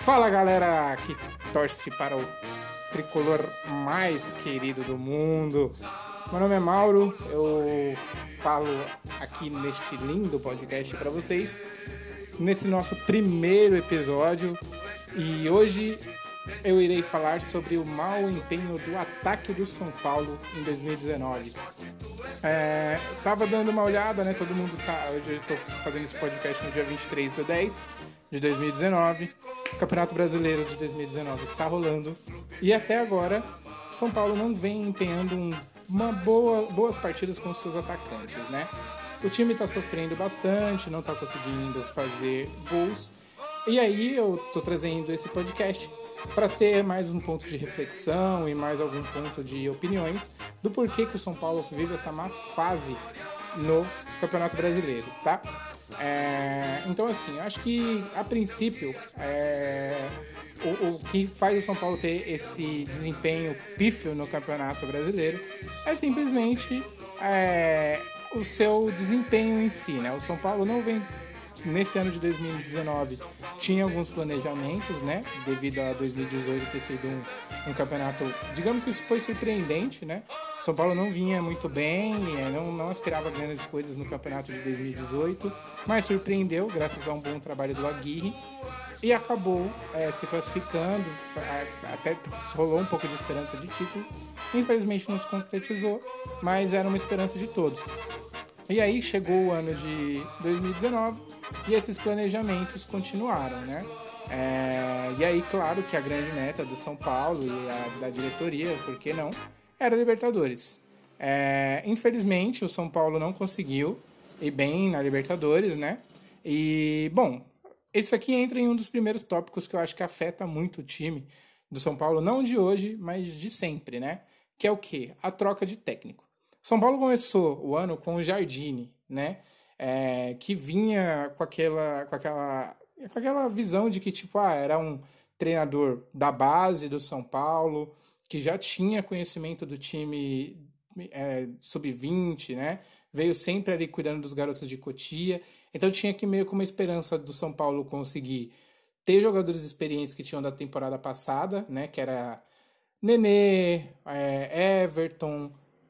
Fala galera que torce para o tricolor mais querido do mundo. Meu nome é Mauro, eu falo aqui neste lindo podcast para vocês, nesse nosso primeiro episódio, e hoje eu irei falar sobre o mau empenho do ataque do São Paulo em 2019. Tava dando uma olhada, né? Todo mundo tá. Hoje eu tô fazendo esse podcast no dia 23/10 de 2019. O Campeonato Brasileiro de 2019 está rolando. E até agora, o São Paulo não vem empenhando boas partidas com seus atacantes, né? O time tá sofrendo bastante, não tá conseguindo fazer gols. E aí eu tô trazendo esse podcast para ter mais um ponto de reflexão e mais algum ponto de opiniões do porquê que o São Paulo vive essa má fase no Campeonato Brasileiro, tá? Então, assim, eu acho que, a princípio, o que faz o São Paulo ter esse desempenho pífio no Campeonato Brasileiro é simplesmente o seu desempenho em si, né? O São Paulo não vem... Nesse ano de 2019 tinha alguns planejamentos, né? Devido a 2018 ter sido um campeonato, digamos que isso foi surpreendente, né? São Paulo não vinha muito bem, não aspirava grandes coisas no campeonato de 2018, mas surpreendeu graças a um bom trabalho do Aguirre e acabou se classificando, até rolou um pouco de esperança de título. Infelizmente não se concretizou, mas era uma esperança de todos. E aí chegou o ano de 2019 e esses planejamentos continuaram, né? E aí, claro que a grande meta do São Paulo e da diretoria, por que não, era a Libertadores. Infelizmente, o São Paulo não conseguiu ir bem na Libertadores, né? E, bom, isso aqui entra em um dos primeiros tópicos que eu acho que afeta muito o time do São Paulo, não de hoje, mas de sempre, né? Que é o quê? A troca de técnico. São Paulo começou o ano com o Jardine, né? Que vinha com aquela visão de que tipo, era um treinador da base do São Paulo, que já tinha conhecimento do time sub-20, né? Veio sempre ali cuidando dos garotos de Cotia. Então tinha que meio com uma esperança do São Paulo conseguir ter jogadores experientes que tinham da temporada passada, né? Que era Nenê, Everton,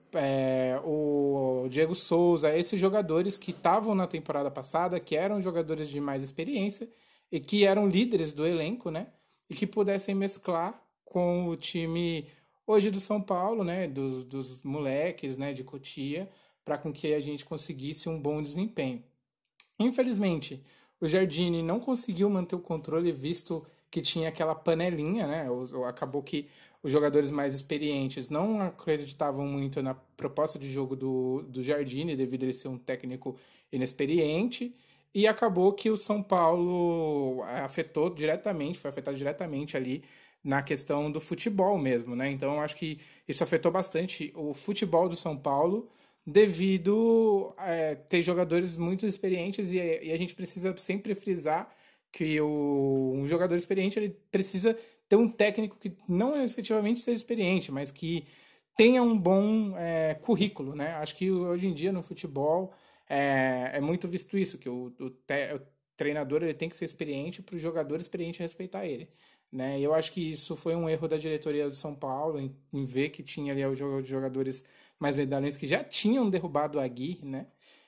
o Diego Souza, esses jogadores que estavam na temporada passada, que eram jogadores de mais experiência e que eram líderes do elenco, né? E que pudessem mesclar com o time hoje do São Paulo, né? Dos moleques, né? De Cotia, para com que a gente conseguisse um bom desempenho. Infelizmente, o Jardine não conseguiu manter o controle, visto que tinha aquela panelinha, né? Acabou que os jogadores mais experientes não acreditavam muito na proposta de jogo do Jardine, devido a ele ser um técnico inexperiente, e acabou que o São Paulo foi afetado diretamente ali na questão do futebol mesmo, né? Então, eu acho que isso afetou bastante o futebol do São Paulo, devido a ter jogadores muito experientes, e a gente precisa sempre frisar que um jogador experiente ele precisa ter um técnico que não efetivamente seja experiente, mas que tenha um bom currículo, né? Acho que hoje em dia no futebol é muito visto isso, que o treinador ele tem que ser experiente para o jogador experiente respeitar ele, né? E eu acho que isso foi um erro da diretoria do São Paulo em ver que tinha ali os jogadores mais medalhões que já tinham derrubado a Aguirre, né?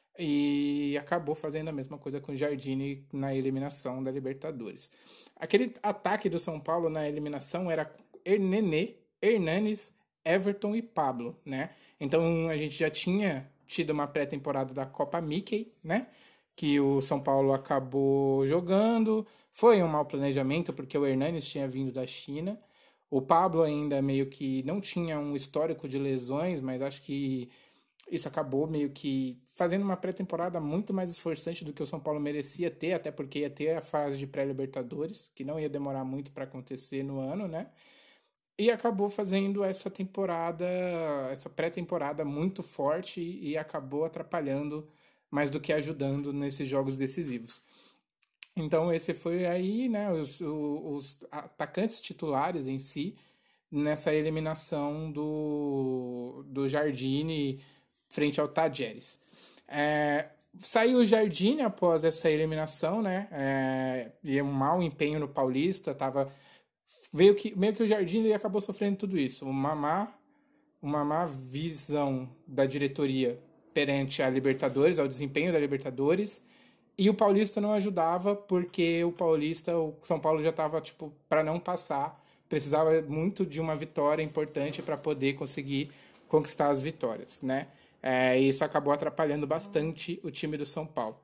E acabou fazendo a mesma coisa com o Jardine na eliminação da Libertadores. Aquele ataque do São Paulo na eliminação era Nenê, Hernanes, Everton e Pablo, né? Então a gente já tinha tido uma pré-temporada da Copa Mickey, né? Que o São Paulo acabou jogando. Foi um mau planejamento, porque o Hernanes tinha vindo da China. O Pablo ainda meio que não tinha um histórico de lesões, mas acho que isso acabou meio que fazendo uma pré-temporada muito mais esforçante do que o São Paulo merecia ter, até porque ia ter a fase de pré-Libertadores, que não ia demorar muito para acontecer no ano, né? E acabou fazendo essa pré-temporada muito forte e acabou atrapalhando mais do que ajudando nesses jogos decisivos. Então esse foi aí, né, os atacantes titulares em si, nessa eliminação do Jardine frente ao Tajeres. Saiu o Jardine após essa eliminação, né? E um mau empenho no Paulista, meio que o Jardine acabou sofrendo tudo isso. Uma má visão da diretoria perante a Libertadores, ao desempenho da Libertadores. E o Paulista não ajudava porque o São Paulo já estava, tipo, para não passar, precisava muito de uma vitória importante para poder conseguir conquistar as vitórias, né? E isso acabou atrapalhando bastante o time do São Paulo.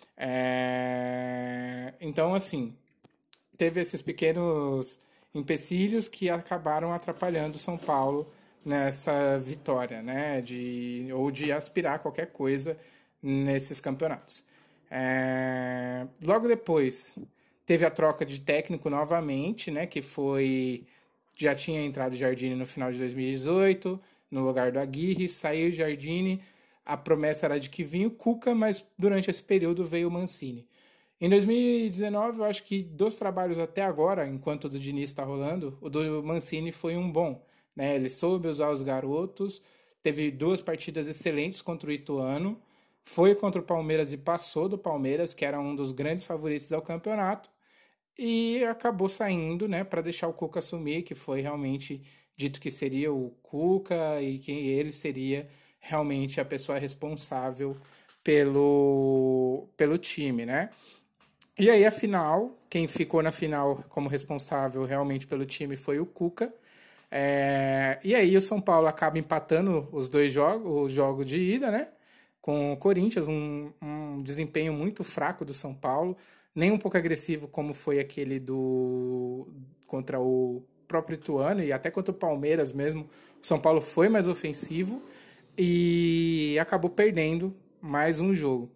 Então, assim, teve esses pequenos empecilhos que acabaram atrapalhando o São Paulo nessa vitória, né? Ou de aspirar qualquer coisa nesses campeonatos. Logo depois teve a troca de técnico novamente, né? Que foi... Já tinha entrado Jardine no final de 2018, no lugar do Aguirre, saiu Jardine, a promessa era de que vinha o Cuca, mas durante esse período veio o Mancini. Em 2019, eu acho que dos trabalhos até agora, enquanto o do Diniz está rolando, o do Mancini foi um bom, né? Ele soube usar os garotos, teve 2 partidas excelentes contra o Ituano, foi contra o Palmeiras e passou do Palmeiras, que era um dos grandes favoritos ao campeonato, e acabou saindo, né, para deixar o Cuca assumir, que foi realmente dito que seria o Cuca e que ele seria realmente a pessoa responsável pelo time, né? E aí, a final, quem ficou na final como responsável realmente pelo time foi o Cuca. E aí o São Paulo acaba empatando os jogos de ida, né? Com o Corinthians, um desempenho muito fraco do São Paulo, nem um pouco agressivo como foi aquele contra o próprio Ituano e até contra o Palmeiras mesmo. O São Paulo foi mais ofensivo e acabou perdendo mais um jogo.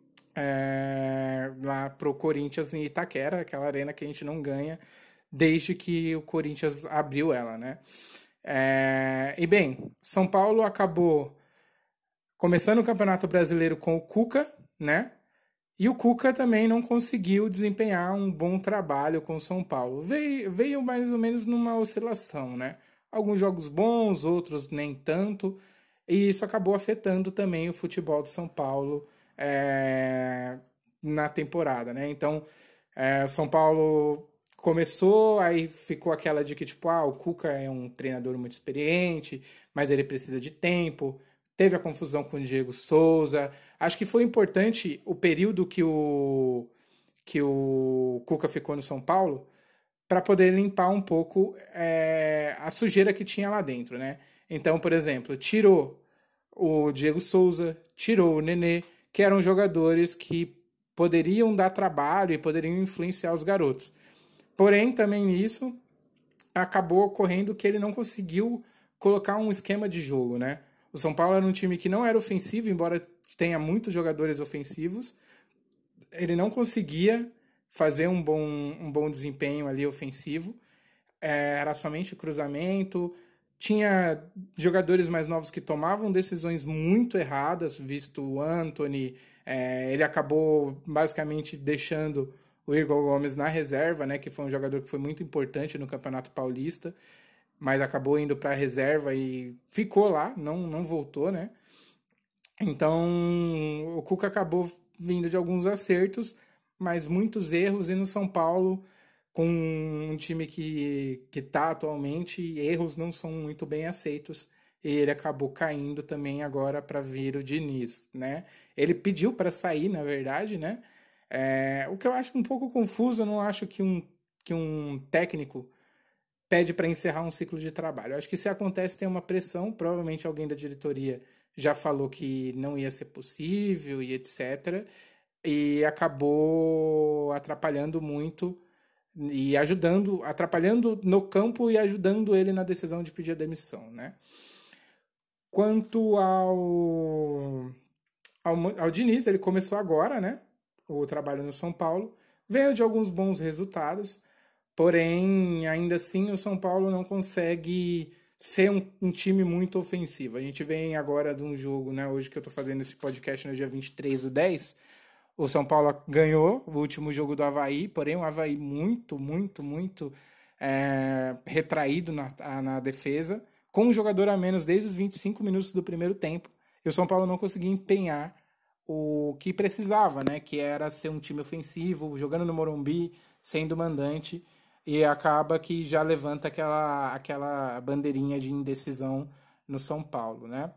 Lá pro Corinthians em Itaquera, aquela arena que a gente não ganha desde que o Corinthians abriu ela, né? E bem, São Paulo acabou começando o Campeonato Brasileiro com o Cuca, né? E o Cuca também não conseguiu desempenhar um bom trabalho com o São Paulo. Veio mais ou menos numa oscilação, né? Alguns jogos bons, outros nem tanto. E isso acabou afetando também o futebol do São Paulo na temporada, né? Então, o São Paulo começou, aí ficou aquela de que, tipo, o Cuca é um treinador muito experiente, mas ele precisa de tempo. Teve a confusão com o Diego Souza. Acho que foi importante o período que o Cuca ficou no São Paulo para poder limpar um pouco a sujeira que tinha lá dentro, né? Então, por exemplo, tirou o Diego Souza, tirou o Nenê, que eram jogadores que poderiam dar trabalho e poderiam influenciar os garotos. Porém, também nisso, acabou ocorrendo que ele não conseguiu colocar um esquema de jogo, né? O São Paulo era um time que não era ofensivo, embora tenha muitos jogadores ofensivos. Ele não conseguia fazer um bom desempenho ali ofensivo. Era somente cruzamento. Tinha jogadores mais novos que tomavam decisões muito erradas, visto o Antony. Ele acabou basicamente deixando o Igor Gomes na reserva, né, que foi um jogador que foi muito importante no Campeonato Paulista, mas acabou indo para a reserva e ficou lá, não voltou, né? Então, o Cuca acabou vindo de alguns acertos, mas muitos erros, e no São Paulo, com um time que está atualmente, erros não são muito bem aceitos, e ele acabou caindo também agora para vir o Diniz, né? Ele pediu para sair, na verdade, né? O que eu acho um pouco confuso, eu não acho que um técnico pede para encerrar um ciclo de trabalho. Eu acho que se acontece, tem uma pressão, provavelmente alguém da diretoria já falou que não ia ser possível e etc. E acabou atrapalhando muito e atrapalhando no campo e ajudando ele na decisão de pedir a demissão, né? Quanto ao Diniz, ele começou agora, né? O trabalho no São Paulo, veio de alguns bons resultados, porém, ainda assim, o São Paulo não consegue ser um time muito ofensivo. A gente vem agora de um jogo, né? Hoje que eu tô fazendo esse podcast no dia 23/10, o São Paulo ganhou o último jogo do Avaí, porém um Avaí muito, muito, muito retraído na defesa, com um jogador a menos desde os 25 minutos do primeiro tempo, e o São Paulo não conseguia empenhar o que precisava, né? Que era ser um time ofensivo, jogando no Morumbi, sendo mandante, e acaba que já levanta aquela bandeirinha de indecisão no São Paulo, né?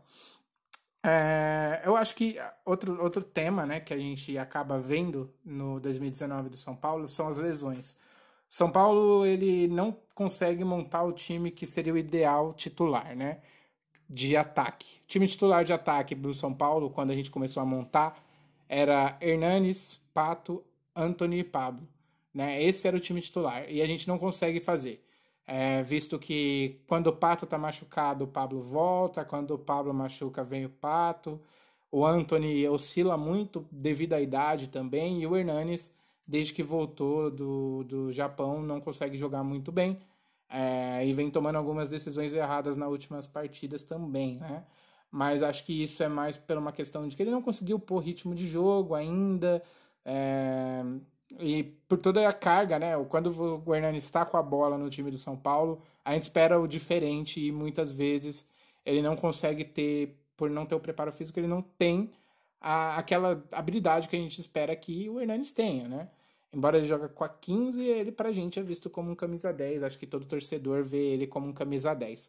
Eu acho que outro tema, né, que a gente acaba vendo no 2019 do São Paulo são as lesões. São Paulo, ele não consegue montar o time que seria o ideal titular, né, de ataque. O time titular de ataque do São Paulo, quando a gente começou a montar, era Hernanes, Pato, Antony e Pablo, né? Esse era o time titular e a gente não consegue fazer. Visto que quando o Pato tá machucado, o Pablo volta, quando o Pablo machuca, vem o Pato. O Antony oscila muito devido à idade também, e o Hernanes, desde que voltou do Japão, não consegue jogar muito bem. E vem tomando algumas decisões erradas nas últimas partidas também, né? Mas acho que isso é mais por uma questão de que ele não conseguiu pôr ritmo de jogo ainda. é, e por toda a carga, né? Quando o Hernani está com a bola no time do São Paulo, a gente espera o diferente e muitas vezes ele não consegue ter, por não ter o preparo físico, ele não tem aquela habilidade que a gente espera que o Hernanes tenha, né? Embora ele joga com a 15, ele pra gente é visto como um camisa 10. Acho que todo torcedor vê ele como um camisa 10.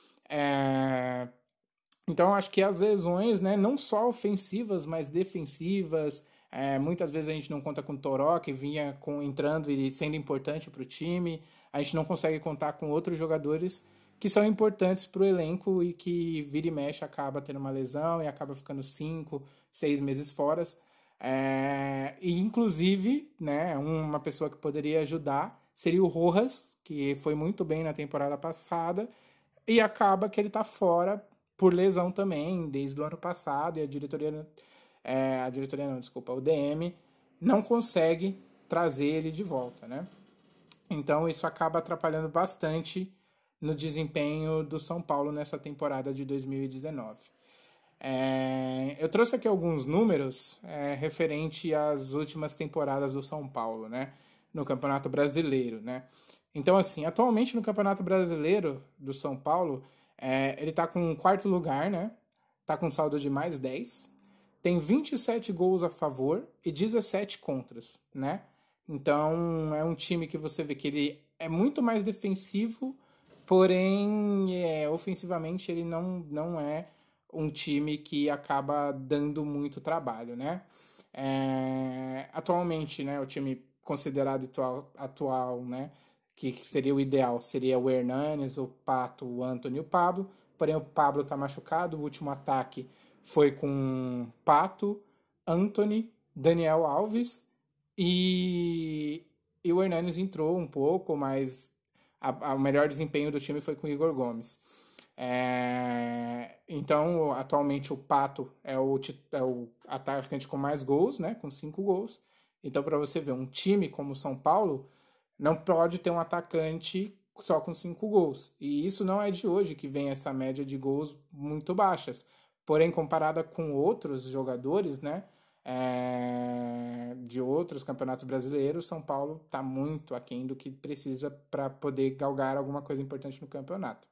Então, acho que as lesões, né, não só ofensivas, mas defensivas. Muitas vezes a gente não conta com o Toró, que vinha entrando e sendo importante para o time. A gente não consegue contar com outros jogadores que são importantes para o elenco e que vira e mexe acaba tendo uma lesão e acaba ficando 5, 6 meses fora. E inclusive, né, uma pessoa que poderia ajudar seria o Rojas, que foi muito bem na temporada passada, e acaba que ele está fora por lesão também, desde o ano passado, e a diretoria não, desculpa, o DM não consegue trazer ele de volta, né? Então isso acaba atrapalhando bastante no desempenho do São Paulo nessa temporada de 2019. Eu trouxe aqui alguns números referente às últimas temporadas do São Paulo, né? No Campeonato Brasileiro, né? Então, assim, atualmente no Campeonato Brasileiro do São Paulo, ele tá com o quarto lugar, né? Tá com saldo de mais 10. Tem 27 gols a favor e 17 contras, né? Então, é um time que você vê que ele é muito mais defensivo, porém, ofensivamente, ele não é um time que acaba dando muito trabalho, né? Atualmente, né, o time considerado atual, né, que seria o ideal, seria o Hernanes, o Pato, o Antony e o Pablo. Porém, o Pablo está machucado. O último ataque foi com Pato, Antony, Daniel Alves e o Hernanes entrou um pouco, mas o melhor desempenho do time foi com o Igor Gomes. Então, atualmente o Pato é o atacante com mais gols, né, com 5 gols. Então, para você ver, um time como o São Paulo não pode ter um atacante só com 5 gols. E isso não é de hoje que vem essa média de gols muito baixas. Porém, comparada com outros jogadores, né, de outros campeonatos brasileiros, São Paulo está muito aquém do que precisa para poder galgar alguma coisa importante no campeonato.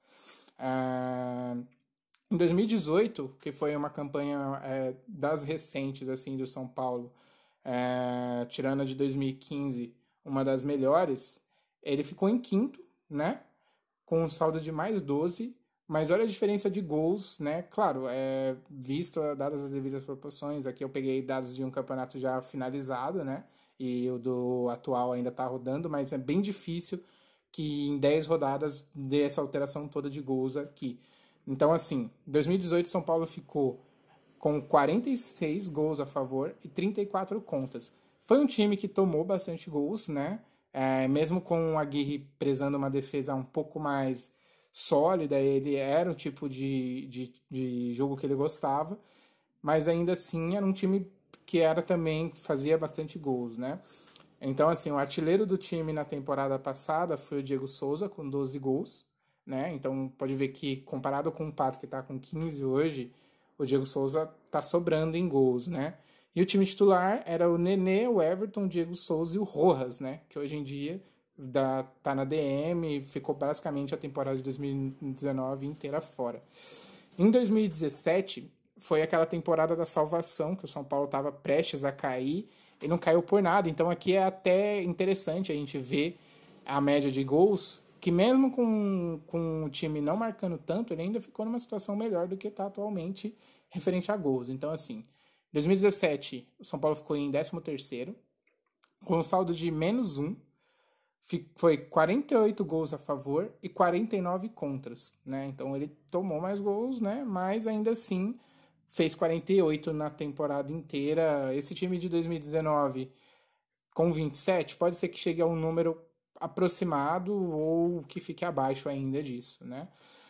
Em 2018, que foi uma campanha das recentes assim do São Paulo, tirando a de 2015, uma das melhores, ele ficou em quinto, né? Com um saldo de mais 12, mas olha a diferença de gols, né? Claro, visto, dadas as devidas proporções, aqui eu peguei dados de um campeonato já finalizado, né? E o do atual ainda tá rodando, mas é bem difícil que em 10 rodadas dê essa alteração toda de gols aqui. Então, assim, em 2018 São Paulo ficou com 46 gols a favor e 34 contras. Foi um time que tomou bastante gols, né? Mesmo com o Aguirre prezando uma defesa um pouco mais sólida, ele era o tipo de jogo que ele gostava, mas ainda assim era um time que fazia bastante gols, né? Então, assim, o artilheiro do time na temporada passada foi o Diego Souza, com 12 gols, né? Então, pode ver que, comparado com o Pato, que está com 15 hoje, o Diego Souza tá sobrando em gols, né? E o time titular era o Nenê, o Everton, o Diego Souza e o Rojas, né? Que hoje em dia tá na DM, ficou basicamente a temporada de 2019 inteira fora. Em 2017, foi aquela temporada da salvação, que o São Paulo estava prestes a cair e não caiu por nada. Então aqui é até interessante a gente ver a média de gols, que mesmo com o time não marcando tanto, ele ainda ficou numa situação melhor do que está atualmente referente a gols. Então, assim, em 2017, o São Paulo ficou em 13º, com um saldo de -1, foi 48 gols a favor e 49 contras, né? Então ele tomou mais gols, né? Mas ainda assim fez 48 na temporada inteira. Esse time de 2019 com 27 pode ser que chegue a um número aproximado ou que fique abaixo ainda disso, né?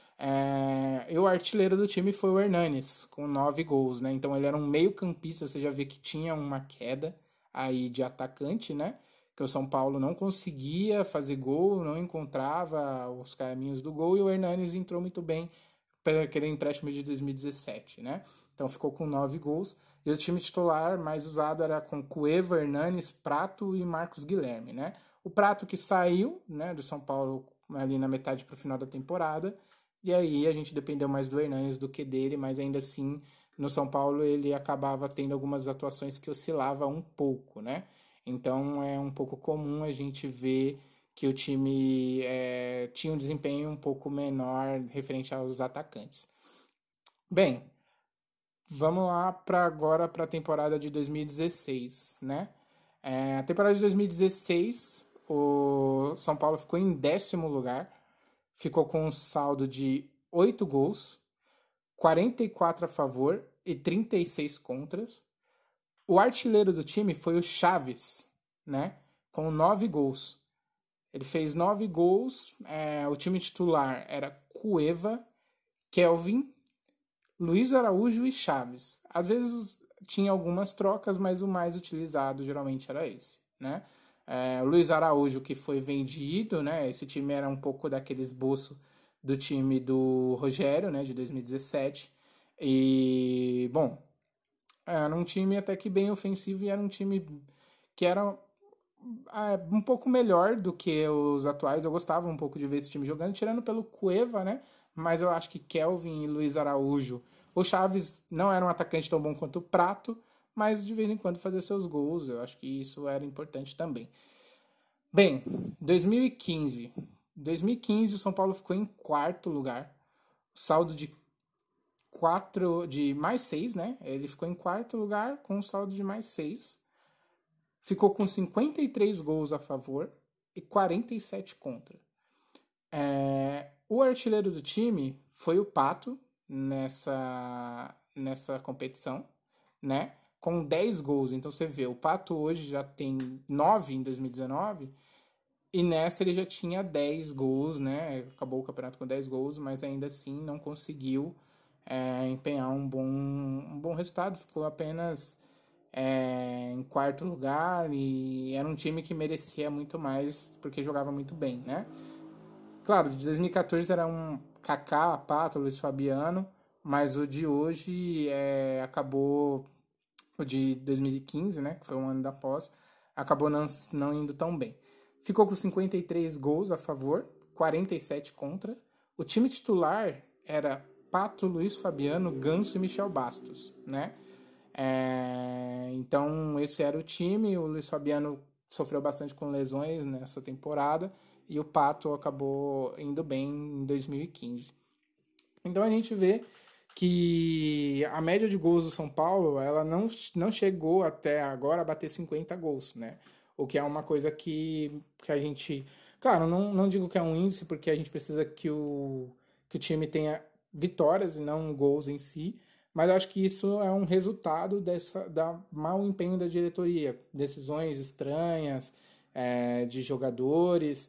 E o artilheiro do time foi o Hernanes, com 9 gols, né? Então ele era um meio-campista, você já vê que tinha uma queda aí de atacante, né? Que o São Paulo não conseguia fazer gol, não encontrava os caminhos do gol, e o Hernanes entrou muito bem para aquele empréstimo de 2017, né? Então ficou com 9 gols. E o time titular mais usado era com Cueva, Hernanes, Prato e Marcos Guilherme, né? O Prato que saiu, né, do São Paulo ali na metade para o final da temporada, e aí a gente dependeu mais do Hernanes do que dele, mas ainda assim no São Paulo ele acabava tendo algumas atuações que oscilava um pouco, né? Então é um pouco comum a gente ver que o time tinha um desempenho um pouco menor referente aos atacantes. Bem, vamos lá agora para a temporada de 2016, né? A temporada de 2016, o São Paulo ficou em 10º lugar, ficou com um saldo de 8 gols, 44 a favor e 36 contras. O artilheiro do time foi o Chaves, né? Com 9 gols. Ele fez 9 gols. O time titular era Cueva, Kelvin, Luiz Araújo e Chaves. Às vezes tinha algumas trocas, mas o mais utilizado geralmente era esse, né? O Luiz Araújo, que foi vendido, né? Esse time era um pouco daquele esboço do time do Rogério, né? De 2017. E, bom, era um time até que bem ofensivo e era um time que era um pouco melhor do que os atuais. Eu gostava um pouco de ver esse time jogando, tirando pelo Cueva, né? Mas eu acho que Kelvin e Luiz Araújo. O Chaves não era um atacante tão bom quanto o Prato, mas de vez em quando fazia seus gols. Eu acho que isso era importante também. Bem, 2015. 2015 o São Paulo ficou em 4º lugar. Saldo de mais 6, né? Ele ficou em 4º lugar com um saldo de mais 6. Ficou com 53 gols a favor e 47 contra. O artilheiro do time foi o Pato nessa competição, né? Com 10 gols. Então você vê, o Pato hoje já tem 9 em 2019 e nessa ele já tinha 10 gols, né? Acabou o campeonato com 10 gols, mas ainda assim não conseguiu empenhar um bom resultado. Ficou apenas em 4º lugar e era um time que merecia muito mais porque jogava muito bem, né? Claro, de 2014 era um Kaká, Pato, Luiz Fabiano, mas o de hoje acabou, o de 2015, né, que foi um ano da pós, acabou não indo tão bem. Ficou com 53 gols a favor, 47 contra. O time titular era Pato, Luiz Fabiano, Ganso e Michel Bastos, né? Então esse era o time. O Luiz Fabiano sofreu bastante com lesões nessa temporada e o Pato acabou indo bem em 2015. Então a gente vê que a média de gols do São Paulo ela não chegou até agora a bater 50 gols, né? O que é uma coisa que a gente... Claro, não digo que é um índice, porque a gente precisa que o time tenha vitórias e não gols em si, mas acho que isso é um resultado da mau empenho da diretoria, decisões estranhas de jogadores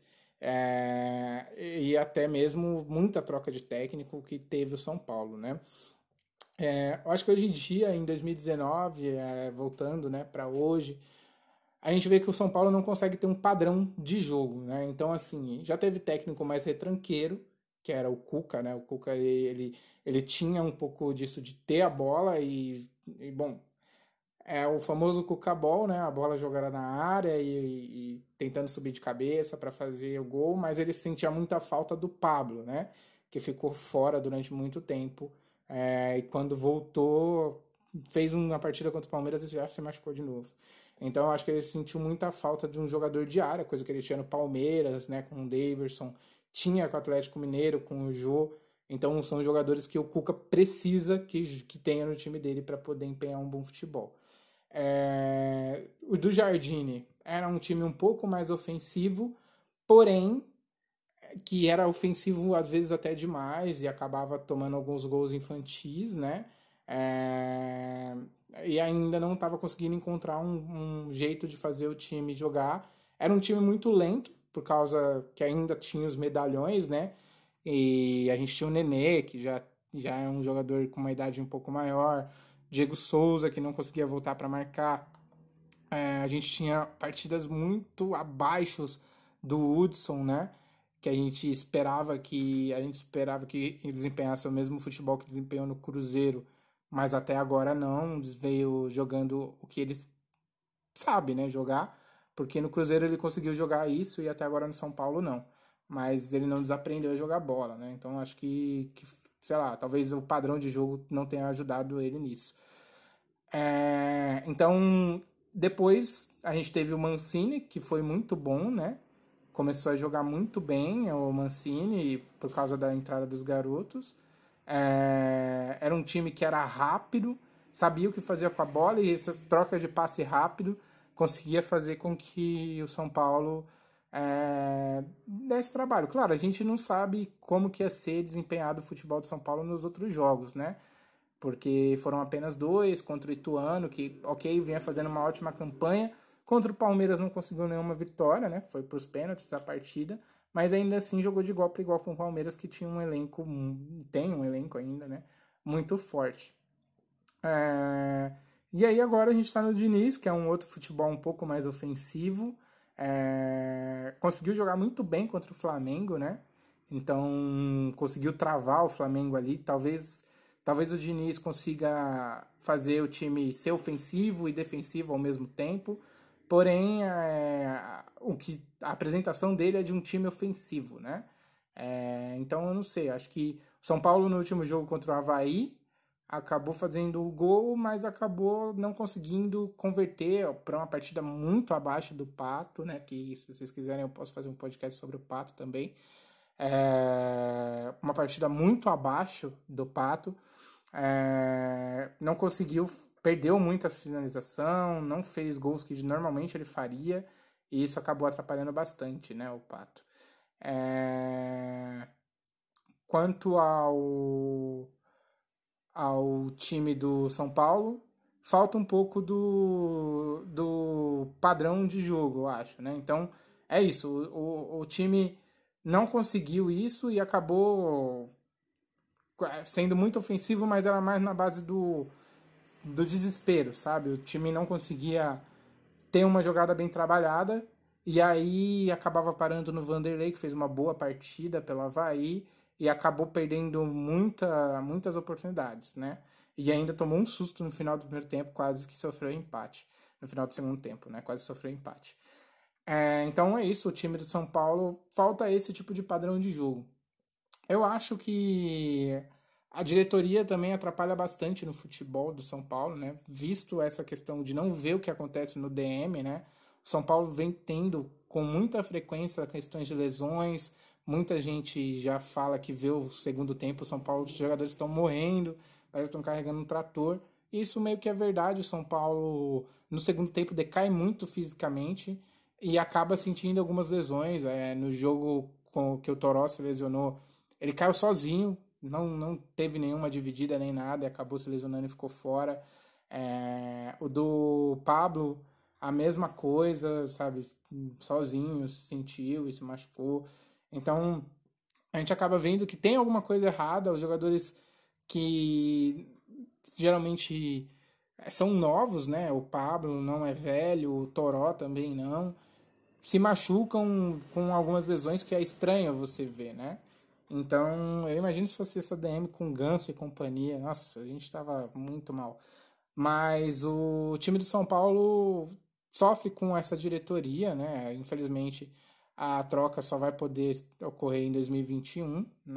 e até mesmo muita troca de técnico que teve o São Paulo, né? Eu acho que hoje em dia, em 2019, voltando, né, para hoje, a gente vê que o São Paulo não consegue ter um padrão de jogo, né? Então, assim, já teve técnico mais retranqueiro, que era o Cuca, né? O Cuca, ele tinha um pouco disso de ter a bola e bom, é o famoso Cuca-Ball, né? A bola jogada na área e tentando subir de cabeça para fazer o gol, mas ele sentia muita falta do Pablo, né? Que ficou fora durante muito tempo E quando voltou, fez uma partida contra o Palmeiras e já se machucou de novo. Então eu acho que ele sentiu muita falta de um jogador de área, coisa que ele tinha no Palmeiras, né, com o Daverson, tinha com o Atlético Mineiro, com o Jô. Então são jogadores que o Cuca precisa que tenha no time dele para poder empenhar um bom futebol. O do Jardine era um time um pouco mais ofensivo, porém que era ofensivo às vezes até demais e acabava tomando alguns gols infantis, né? É, e ainda não estava conseguindo encontrar um jeito de fazer o time jogar. Era um time muito lento, por causa que ainda tinha os medalhões, né? E a gente tinha o Nenê, que já é um jogador com uma idade um pouco maior, Diego Souza, que não conseguia voltar para marcar. A gente tinha partidas muito abaixo do Hudson, né? Que a gente esperava que ele desempenhasse o mesmo futebol que desempenhou no Cruzeiro, mas até agora não, veio jogando o que ele sabe, né, jogar, porque no Cruzeiro ele conseguiu jogar isso e até agora no São Paulo não. Mas ele não desaprendeu a jogar bola, né? Então acho que sei lá, talvez o padrão de jogo não tenha ajudado ele nisso. Então, depois a gente teve o Mancini, que foi muito bom, né? Começou a jogar muito bem o Mancini por causa da entrada dos garotos. Era um time que era rápido, sabia o que fazia com a bola e essa troca de passe rápido conseguia fazer com que o São Paulo desse trabalho. Claro, a gente não sabe como que ia ser desempenhado o futebol do São Paulo nos outros jogos, né? Porque foram apenas dois contra o Ituano, que, ok, vinha fazendo uma ótima campanha. Contra o Palmeiras não conseguiu nenhuma vitória, né? Foi para os pênaltis a partida, mas ainda assim jogou de igual para igual com o Palmeiras, que tinha um elenco, tem um elenco ainda, né? Muito forte. E aí agora a gente está no Diniz, que é um outro futebol um pouco mais ofensivo. Conseguiu jogar muito bem contra o Flamengo, né? Então conseguiu travar o Flamengo ali. Talvez o Diniz consiga fazer o time ser ofensivo e defensivo ao mesmo tempo. Porém, a apresentação dele é de um time ofensivo, né? Então eu não sei. Acho que o São Paulo no último jogo contra o Avaí acabou fazendo o gol, mas acabou não conseguindo converter para uma partida muito abaixo do Pato, né? Que se vocês quiserem eu posso fazer um podcast sobre o Pato também. Uma partida muito abaixo do Pato. Não conseguiu, perdeu muita finalização, não fez gols que normalmente ele faria, e isso acabou atrapalhando bastante, né, o Pato. Quanto ao time do São Paulo, falta um pouco do padrão de jogo, eu acho, né? Então, é isso, o time não conseguiu isso e acabou sendo muito ofensivo, mas era mais na base do desespero, sabe? O time não conseguia ter uma jogada bem trabalhada e aí acabava parando no Vanderlei, que fez uma boa partida pelo Avaí e acabou perdendo muitas oportunidades, né? E ainda tomou um susto no final do primeiro tempo, quase que sofreu empate. No final do segundo tempo, né? Quase sofreu empate. Então é isso, o time do São Paulo falta esse tipo de padrão de jogo. Eu acho que a diretoria também atrapalha bastante no futebol do São Paulo, né? Visto essa questão de não ver o que acontece no DM, né? O São Paulo vem tendo com muita frequência questões de lesões. Muita gente já fala que vê o segundo tempo, o São Paulo, os jogadores estão morrendo, parece que estão carregando um trator. Isso meio que é verdade. O São Paulo, no segundo tempo, decai muito fisicamente e acaba sentindo algumas lesões. No jogo com que o Toró se lesionou, ele caiu sozinho, não teve nenhuma dividida nem nada, acabou se lesionando e ficou fora. O do Pablo, a mesma coisa, sabe? Sozinho, se sentiu e se machucou. Então, a gente acaba vendo que tem alguma coisa errada. Os jogadores que geralmente são novos, né? O Pablo não é velho, o Toró também não. Se machucam com algumas lesões que é estranho você ver, né? Então, eu imagino se fosse essa DM com Ganso e companhia. Nossa, a gente tava muito mal. Mas o time do São Paulo sofre com essa diretoria, né? Infelizmente, a troca só vai poder ocorrer em 2021, né?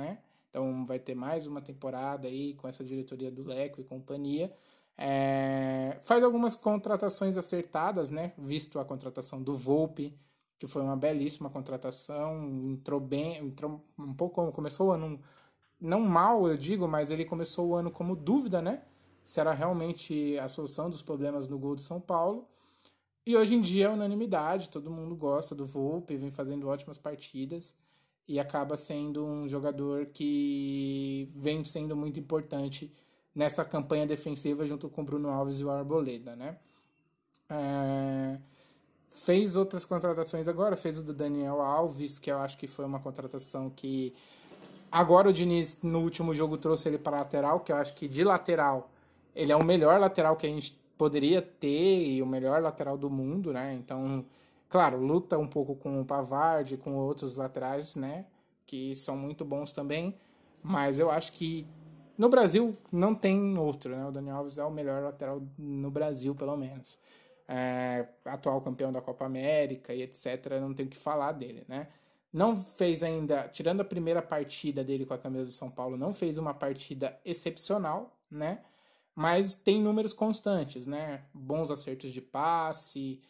Então vai ter mais uma temporada aí com essa diretoria do Leco e companhia. Faz algumas contratações acertadas, né? Visto a contratação do Volpi, que foi uma belíssima contratação, entrou bem, entrou um pouco, começou o ano não mal, eu digo, mas ele começou o ano como dúvida, né? Se era realmente a solução dos problemas no gol do São Paulo. E hoje em dia é unanimidade, todo mundo gosta do Volpi, vem fazendo ótimas partidas e acaba sendo um jogador que vem sendo muito importante nessa campanha defensiva junto com o Bruno Alves e o Arboleda, né? Fez outras contratações agora, fez o do Daniel Alves, que eu acho que foi uma contratação que agora o Diniz no último jogo trouxe ele para lateral, que eu acho que de lateral ele é o melhor lateral que a gente poderia ter e o melhor lateral do mundo, né? Então, claro, luta um pouco com o Pavard, com outros laterais, né? Que são muito bons também, mas eu acho que no Brasil não tem outro, né? O Daniel Alves é o melhor lateral no Brasil, pelo menos. Atual campeão da Copa América e etc. Não tem o que falar dele, né? Não fez ainda, tirando a primeira partida dele com a camisa do São Paulo, não fez uma partida excepcional, né? Mas tem números constantes, né? Bons acertos de passe,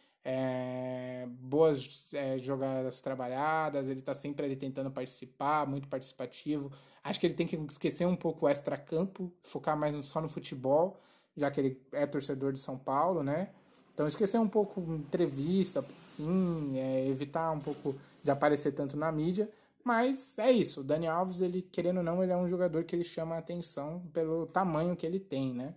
boas jogadas trabalhadas, ele tá sempre ali tentando participar, muito participativo. Acho que ele tem que esquecer um pouco o extracampo, focar mais só no futebol, já que ele é torcedor de São Paulo, né? Então esquecer um pouco entrevista, sim, evitar um pouco de aparecer tanto na mídia, mas é isso, o Dani Alves, ele querendo ou não, ele é um jogador que ele chama a atenção pelo tamanho que ele tem, né?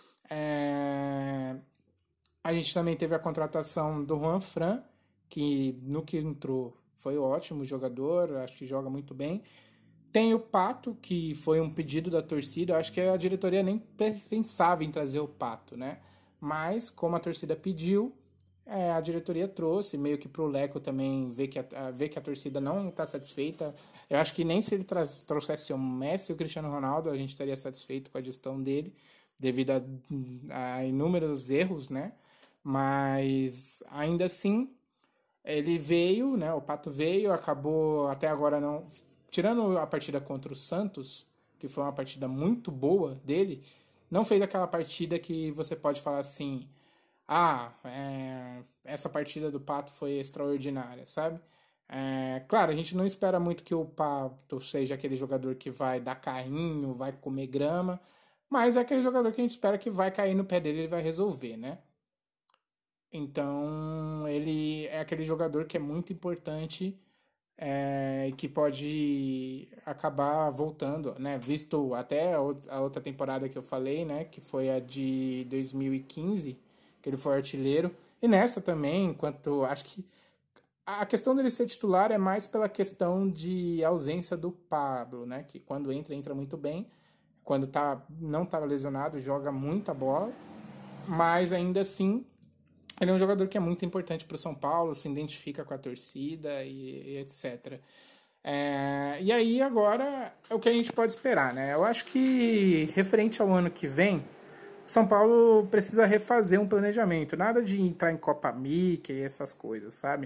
A gente também teve a contratação do Juan Fran, que no que entrou foi ótimo jogador, acho que joga muito bem. Tem o Pato, que foi um pedido da torcida, eu acho que a diretoria nem pensava em trazer o Pato, né? Mas, como a torcida pediu, a diretoria trouxe, meio que pro Leco também ver que a torcida não está satisfeita. Eu acho que nem se ele trouxesse o Messi e o Cristiano Ronaldo, a gente estaria satisfeito com a gestão dele, devido a inúmeros erros, né? Mas, ainda assim, ele veio, né? O Pato veio, acabou até agora não. Tirando a partida contra o Santos, que foi uma partida muito boa dele, não fez aquela partida que você pode falar assim: essa partida do Pato foi extraordinária, sabe? Claro, a gente não espera muito que o Pato seja aquele jogador que vai dar carrinho, vai comer grama, mas é aquele jogador que a gente espera que vai cair no pé dele e vai resolver, né? Então, ele é aquele jogador que é muito importante e que pode acabar voltando, né? Visto até a outra temporada que eu falei, né? Que foi a de 2015, que ele foi artilheiro. E nessa também, enquanto acho que a questão dele ser titular é mais pela questão de ausência do Pablo, né? Que quando entra, entra muito bem. Quando não tá lesionado, joga muita bola. Mas ainda assim, ele é um jogador que é muito importante para o São Paulo, se identifica com a torcida e etc. E aí agora é o que a gente pode esperar, né? Eu acho que referente ao ano que vem, o São Paulo precisa refazer um planejamento. Nada de entrar em Copa Mickey e essas coisas, sabe?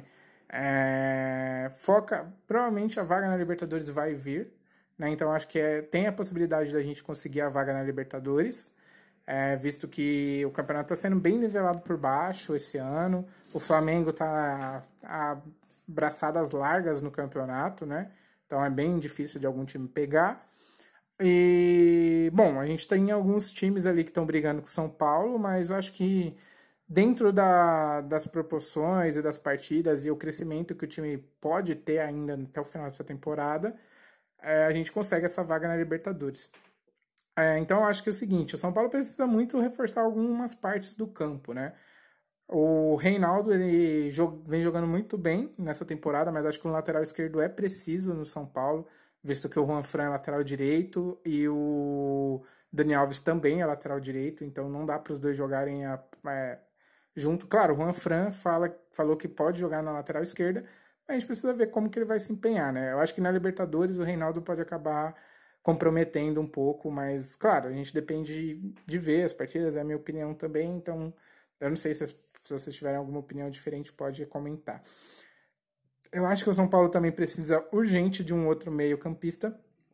Foca, provavelmente a vaga na Libertadores vai vir, né? Então acho que tem a possibilidade da gente conseguir a vaga na Libertadores. Visto que o campeonato está sendo bem nivelado por baixo esse ano. O Flamengo está a braçadas largas no campeonato, né? Então é bem difícil de algum time pegar. E, bom, a gente tem alguns times ali que estão brigando com o São Paulo, mas eu acho que dentro das proporções e das partidas e o crescimento que o time pode ter ainda até o final dessa temporada, a gente consegue essa vaga na Libertadores. Então eu acho que é o seguinte, o São Paulo precisa muito reforçar algumas partes do campo, né? O Reinaldo, ele vem jogando muito bem nessa temporada, mas acho que o lateral esquerdo é preciso no São Paulo, visto que o Juan Fran é lateral direito e o Dani Alves também é lateral direito, então não dá para os dois jogarem junto. Claro, o Juan Fran falou que pode jogar na lateral esquerda, mas a gente precisa ver como que ele vai se empenhar, né? Eu acho que na Libertadores o Reinaldo pode acabar comprometendo um pouco, mas claro, a gente depende de ver as partidas, é a minha opinião também, então eu não sei se vocês tiverem alguma opinião diferente, pode comentar. Eu acho que o São Paulo também precisa urgente de um outro meio-campista.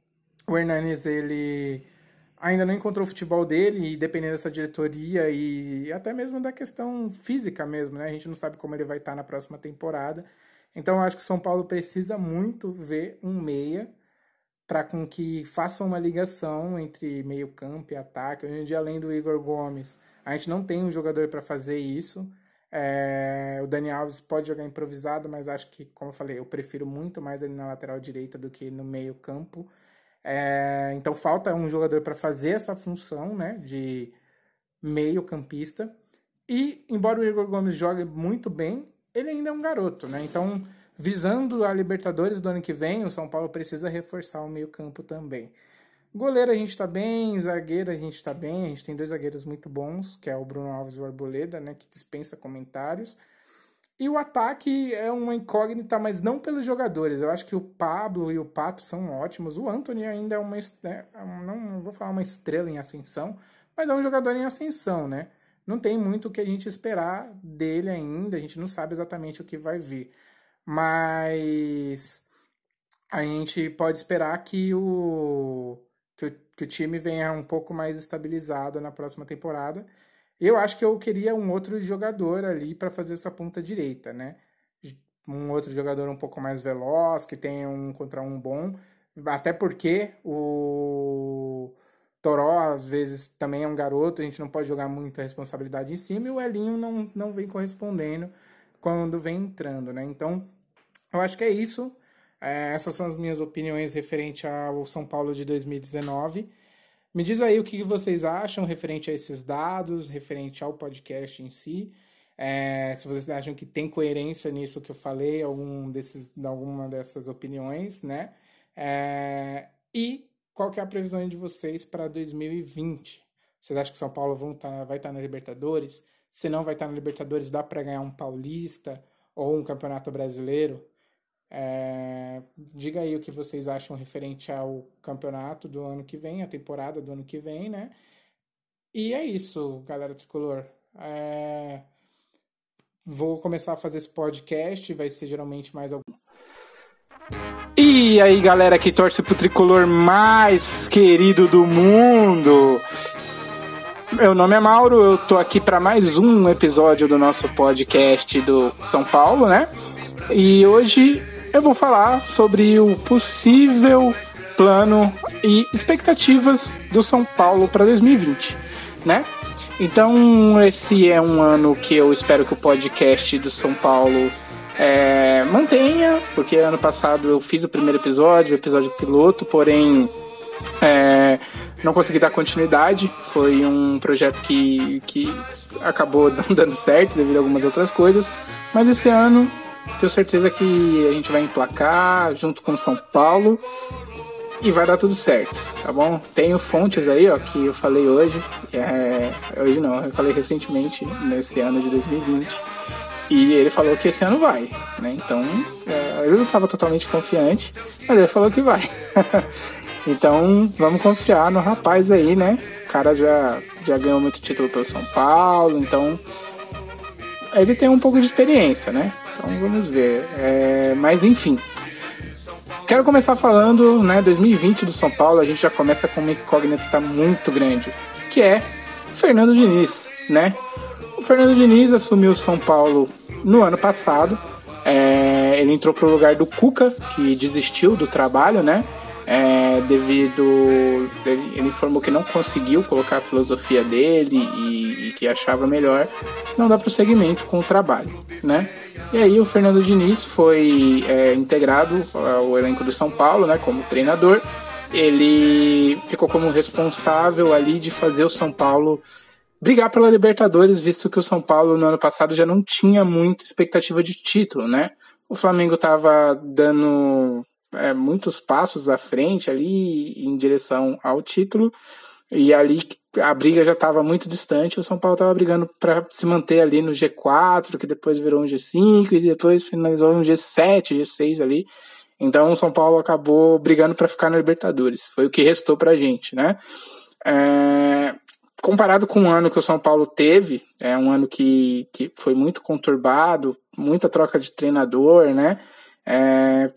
o Hernanes, ele ainda não encontrou o futebol dele, e dependendo dessa diretoria e até mesmo da questão física mesmo, né? A gente não sabe como ele vai estar na próxima temporada. Então eu acho que o São Paulo precisa muito ver um meia para com que faça uma ligação entre meio campo e ataque. Hoje em dia, além do Igor Gomes, a gente não tem um jogador para fazer isso. O Dani Alves pode jogar improvisado, mas acho que, como eu falei, eu prefiro muito mais ele na lateral direita do que no meio campo. Então falta um jogador para fazer essa função, né, de meio campista. E, embora o Igor Gomes jogue muito bem, ele ainda é um garoto, né? Então, visando a Libertadores do ano que vem, o São Paulo precisa reforçar o meio campo também. Goleiro a gente tá bem, zagueiro a gente tá bem, a gente tem 2 zagueiros muito bons, que é o Bruno Alves e o Arboleda, né, que dispensa comentários. E o ataque é uma incógnita, mas não pelos jogadores. Eu acho que o Pablo e o Pato são ótimos. O Antony ainda é não vou falar uma estrela em ascensão, mas é um jogador em ascensão, né? Não tem muito o que a gente esperar dele ainda, a gente não sabe exatamente o que vai vir. Mas a gente pode esperar que o time venha um pouco mais estabilizado na próxima temporada. Eu acho que eu queria um outro jogador ali para fazer essa ponta direita, né? Um outro jogador um pouco mais veloz, que tenha um contra um bom. Até porque o Toró, às vezes, também é um garoto, a gente não pode jogar muita responsabilidade em cima, e o Elinho não vem correspondendo quando vem entrando, né? Então, eu acho que é isso. Essas são as minhas opiniões referente ao São Paulo de 2019. Me diz aí o que vocês acham referente a esses dados, referente ao podcast em si. Se vocês acham que tem coerência nisso que eu falei, alguma dessas opiniões, né? E qual que é a previsão de vocês para 2020? Vocês acham que São Paulo vai estar na Libertadores? Se não vai estar na Libertadores, dá para ganhar um Paulista ou um Campeonato Brasileiro? Diga aí o que vocês acham referente ao campeonato do ano que vem, a temporada do ano que vem, né? E é isso, galera tricolor. Vou começar a fazer esse podcast, vai ser geralmente mais algum. E aí, galera que torce pro tricolor mais querido do mundo. Meu nome é Mauro, eu tô aqui para mais um episódio do nosso podcast do São Paulo, né? E hoje eu vou falar sobre o possível plano e expectativas do São Paulo para 2020, né? Então, esse é um ano que eu espero que o podcast do São Paulo mantenha, porque ano passado eu fiz o primeiro episódio, o episódio piloto, porém não consegui dar continuidade. Foi um projeto que acabou não dando certo devido a algumas outras coisas, mas esse ano tenho certeza que a gente vai emplacar junto com São Paulo e vai dar tudo certo, tá bom? Tenho fontes aí, ó, que eu falei hoje. Hoje não, eu falei recentemente, nesse ano de 2020. E ele falou que esse ano vai, né? Então, eu não estava totalmente confiante, mas ele falou que vai. Então, vamos confiar no rapaz aí, né? O cara já ganhou muito título pelo São Paulo, então ele tem um pouco de experiência, né? Então vamos ver. Mas enfim, quero começar falando, né, 2020 do São Paulo. A gente já começa com uma incógnita muito grande, que é o Fernando Diniz, né? O Fernando Diniz assumiu o São Paulo no ano passado. Ele entrou para o lugar do Cuca, que desistiu do trabalho, né? Ele informou que não conseguiu colocar a filosofia dele e que achava melhor não dar prosseguimento com o trabalho, né? E aí o Fernando Diniz foi integrado ao elenco do São Paulo, né, como treinador. Ele ficou como responsável ali de fazer o São Paulo brigar pela Libertadores, visto que o São Paulo no ano passado já não tinha muita expectativa de título, né? O Flamengo estava dando muitos passos à frente ali em direção ao título, e ali a briga já estava muito distante. O São Paulo estava brigando para se manter ali no G4, que depois virou um G5 e depois finalizou um G7, G6 ali. Então o São Paulo acabou brigando para ficar na Libertadores. Foi o que restou pra gente, né? Comparado com o ano que o São Paulo teve, é um ano que foi muito conturbado, muita troca de treinador, né?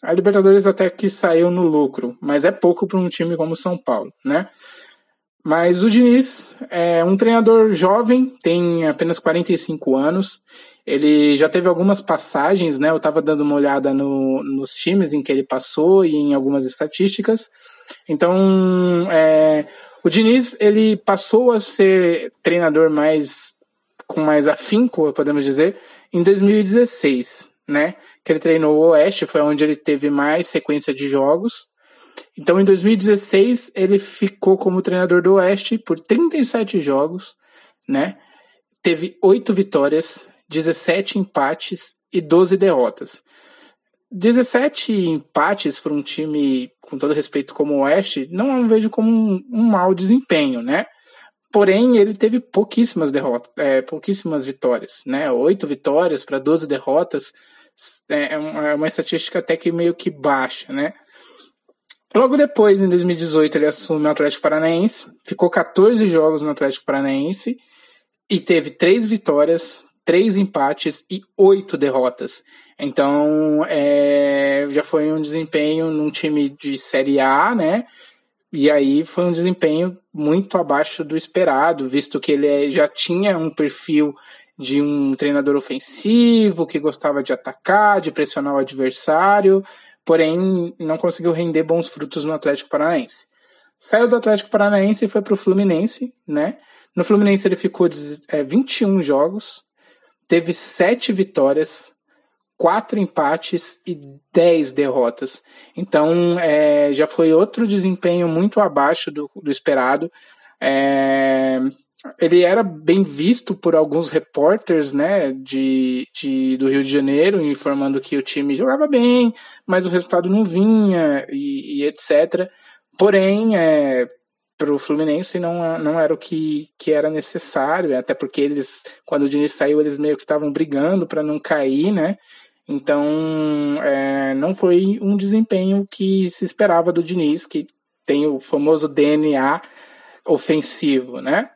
A Libertadores até que saiu no lucro, mas é pouco para um time como o São Paulo, né? Mas o Diniz é um treinador jovem, tem apenas 45 anos. Ele já teve algumas passagens, né? Eu estava dando uma olhada nos times em que ele passou e em algumas estatísticas. Então, o Diniz, ele passou a ser treinador com mais afinco, podemos dizer, em 2016, né? Que ele treinou o Oeste, foi onde ele teve mais sequência de jogos. Então, em 2016, ele ficou como treinador do Oeste por 37 jogos, né? Teve 8 vitórias, 17 empates e 12 derrotas. 17 empates para um time, com todo respeito, como o Oeste, não vejo como um mau desempenho, né? Porém, ele teve pouquíssimas derrotas, pouquíssimas vitórias, né? 8 vitórias para 12 derrotas é uma estatística até que meio que baixa, né? Logo depois, em 2018, ele assume o Atlético Paranaense, ficou 14 jogos no Atlético Paranaense e teve 3 vitórias, 3 empates e 8 derrotas. Então, já foi um desempenho num time de Série A, né? E aí foi um desempenho muito abaixo do esperado, visto que ele já tinha um perfil de um treinador ofensivo, que gostava de atacar, de pressionar o adversário, porém não conseguiu render bons frutos no Atlético Paranaense. Saiu do Atlético Paranaense e foi para o Fluminense, né? No Fluminense ele ficou 21 jogos, teve 7 vitórias, 4 empates e 10 derrotas. Então, já foi outro desempenho muito abaixo do esperado. Ele era bem visto por alguns repórteres, né, do Rio de Janeiro, informando que o time jogava bem, mas o resultado não vinha e etc. Porém, para o Fluminense não era o que era necessário, até porque eles, quando o Diniz saiu, eles meio que estavam brigando para não cair, né? Então, não foi um desempenho que se esperava do Diniz, que tem o famoso DNA ofensivo, né?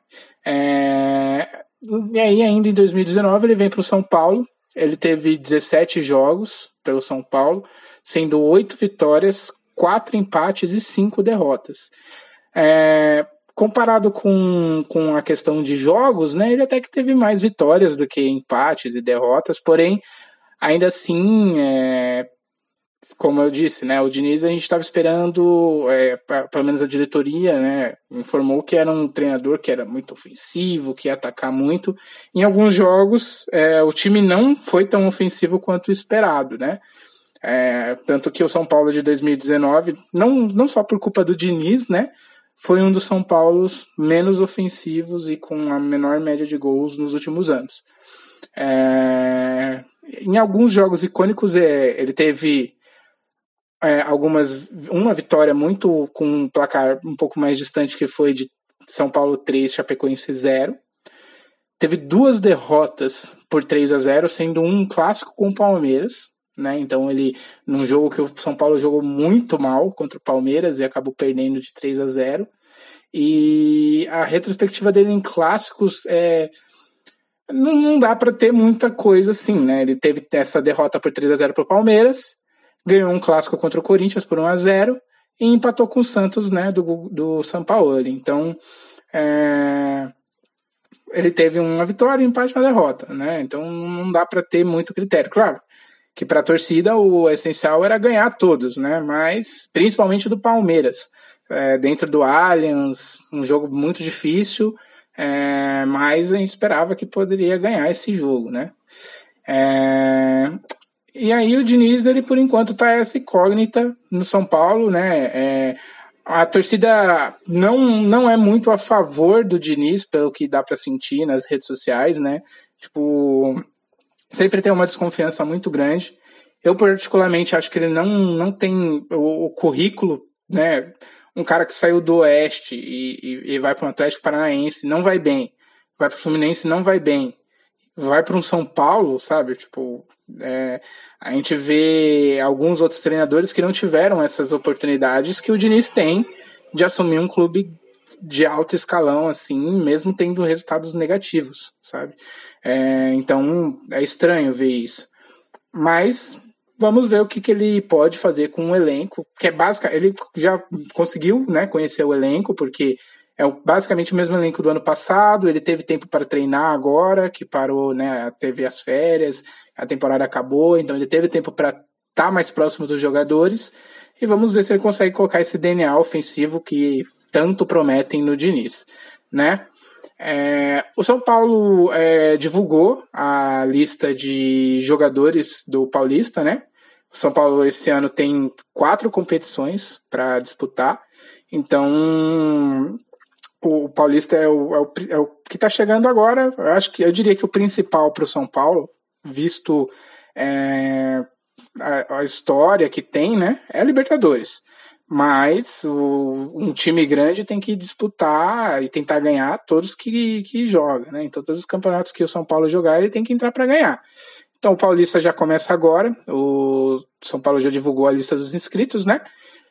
E aí, ainda em 2019, ele vem para o São Paulo. Ele teve 17 jogos pelo São Paulo, sendo 8 vitórias, 4 empates e 5 derrotas. Comparado com a questão de jogos, né, ele até que teve mais vitórias do que empates e derrotas, porém, ainda assim, como eu disse, né, o Diniz a gente estava esperando, pelo menos a diretoria, né, informou que era um treinador que era muito ofensivo, que ia atacar muito. Em alguns jogos, o time não foi tão ofensivo quanto esperado, né? Tanto que o São Paulo de 2019, não só por culpa do Diniz, né, foi um dos São Paulos menos ofensivos e com a menor média de gols nos últimos anos. Em alguns jogos icônicos, ele teve uma vitória muito com um placar um pouco mais distante, que foi de São Paulo 3, Chapecoense 0. Teve 2 derrotas por 3-0, sendo um clássico com o Palmeiras, né? Então ele, num jogo que o São Paulo jogou muito mal contra o Palmeiras e acabou perdendo de 3-0. E a retrospectiva dele em clássicos não dá para ter muita coisa assim, né? Ele teve essa derrota por 3-0 para o Palmeiras, ganhou um clássico contra o Corinthians por 1-0 e empatou com o Santos, né, do Sampaoli. Então, ele teve uma vitória, um empate e uma derrota, né? Então não dá para ter muito critério. Claro que para a torcida o essencial era ganhar todos, né? Mas principalmente do Palmeiras, dentro do Allianz, um jogo muito difícil, mas a gente esperava que poderia ganhar esse jogo, né? E aí o Diniz, ele por enquanto tá essa incógnita no São Paulo, né? A torcida não é muito a favor do Diniz, pelo que dá para sentir nas redes sociais, né? Tipo, sempre tem uma desconfiança muito grande. Eu, particularmente, acho que ele não tem o currículo, né? Um cara que saiu do Oeste e vai para um Atlético Paranaense, não vai bem. Vai para o Fluminense, não vai bem. Vai para um São Paulo, sabe? Tipo, a gente vê alguns outros treinadores que não tiveram essas oportunidades que o Diniz tem de assumir um clube de alto escalão, assim, mesmo tendo resultados negativos, sabe? Então, é estranho ver isso. Mas vamos ver o que ele pode fazer com o elenco, que é básica. Ele já conseguiu, né, conhecer o elenco, porque é basicamente o mesmo elenco do ano passado. Ele teve tempo para treinar agora, que parou, né, teve as férias, a temporada acabou, então ele teve tempo para estar mais próximo dos jogadores. E vamos ver se ele consegue colocar esse DNA ofensivo que tanto prometem no Diniz, né? O São Paulo divulgou a lista de jogadores do Paulista, né? O São Paulo esse ano tem 4 competições para disputar, então o Paulista é o que está chegando agora. Eu diria que o principal para o São Paulo, visto a história que tem, né, é a Libertadores. Mas um time grande tem que disputar e tentar ganhar todos que joga, né? Então todos os campeonatos que o São Paulo jogar, ele tem que entrar para ganhar. Então o Paulista já começa agora, o São Paulo já divulgou a lista dos inscritos, né?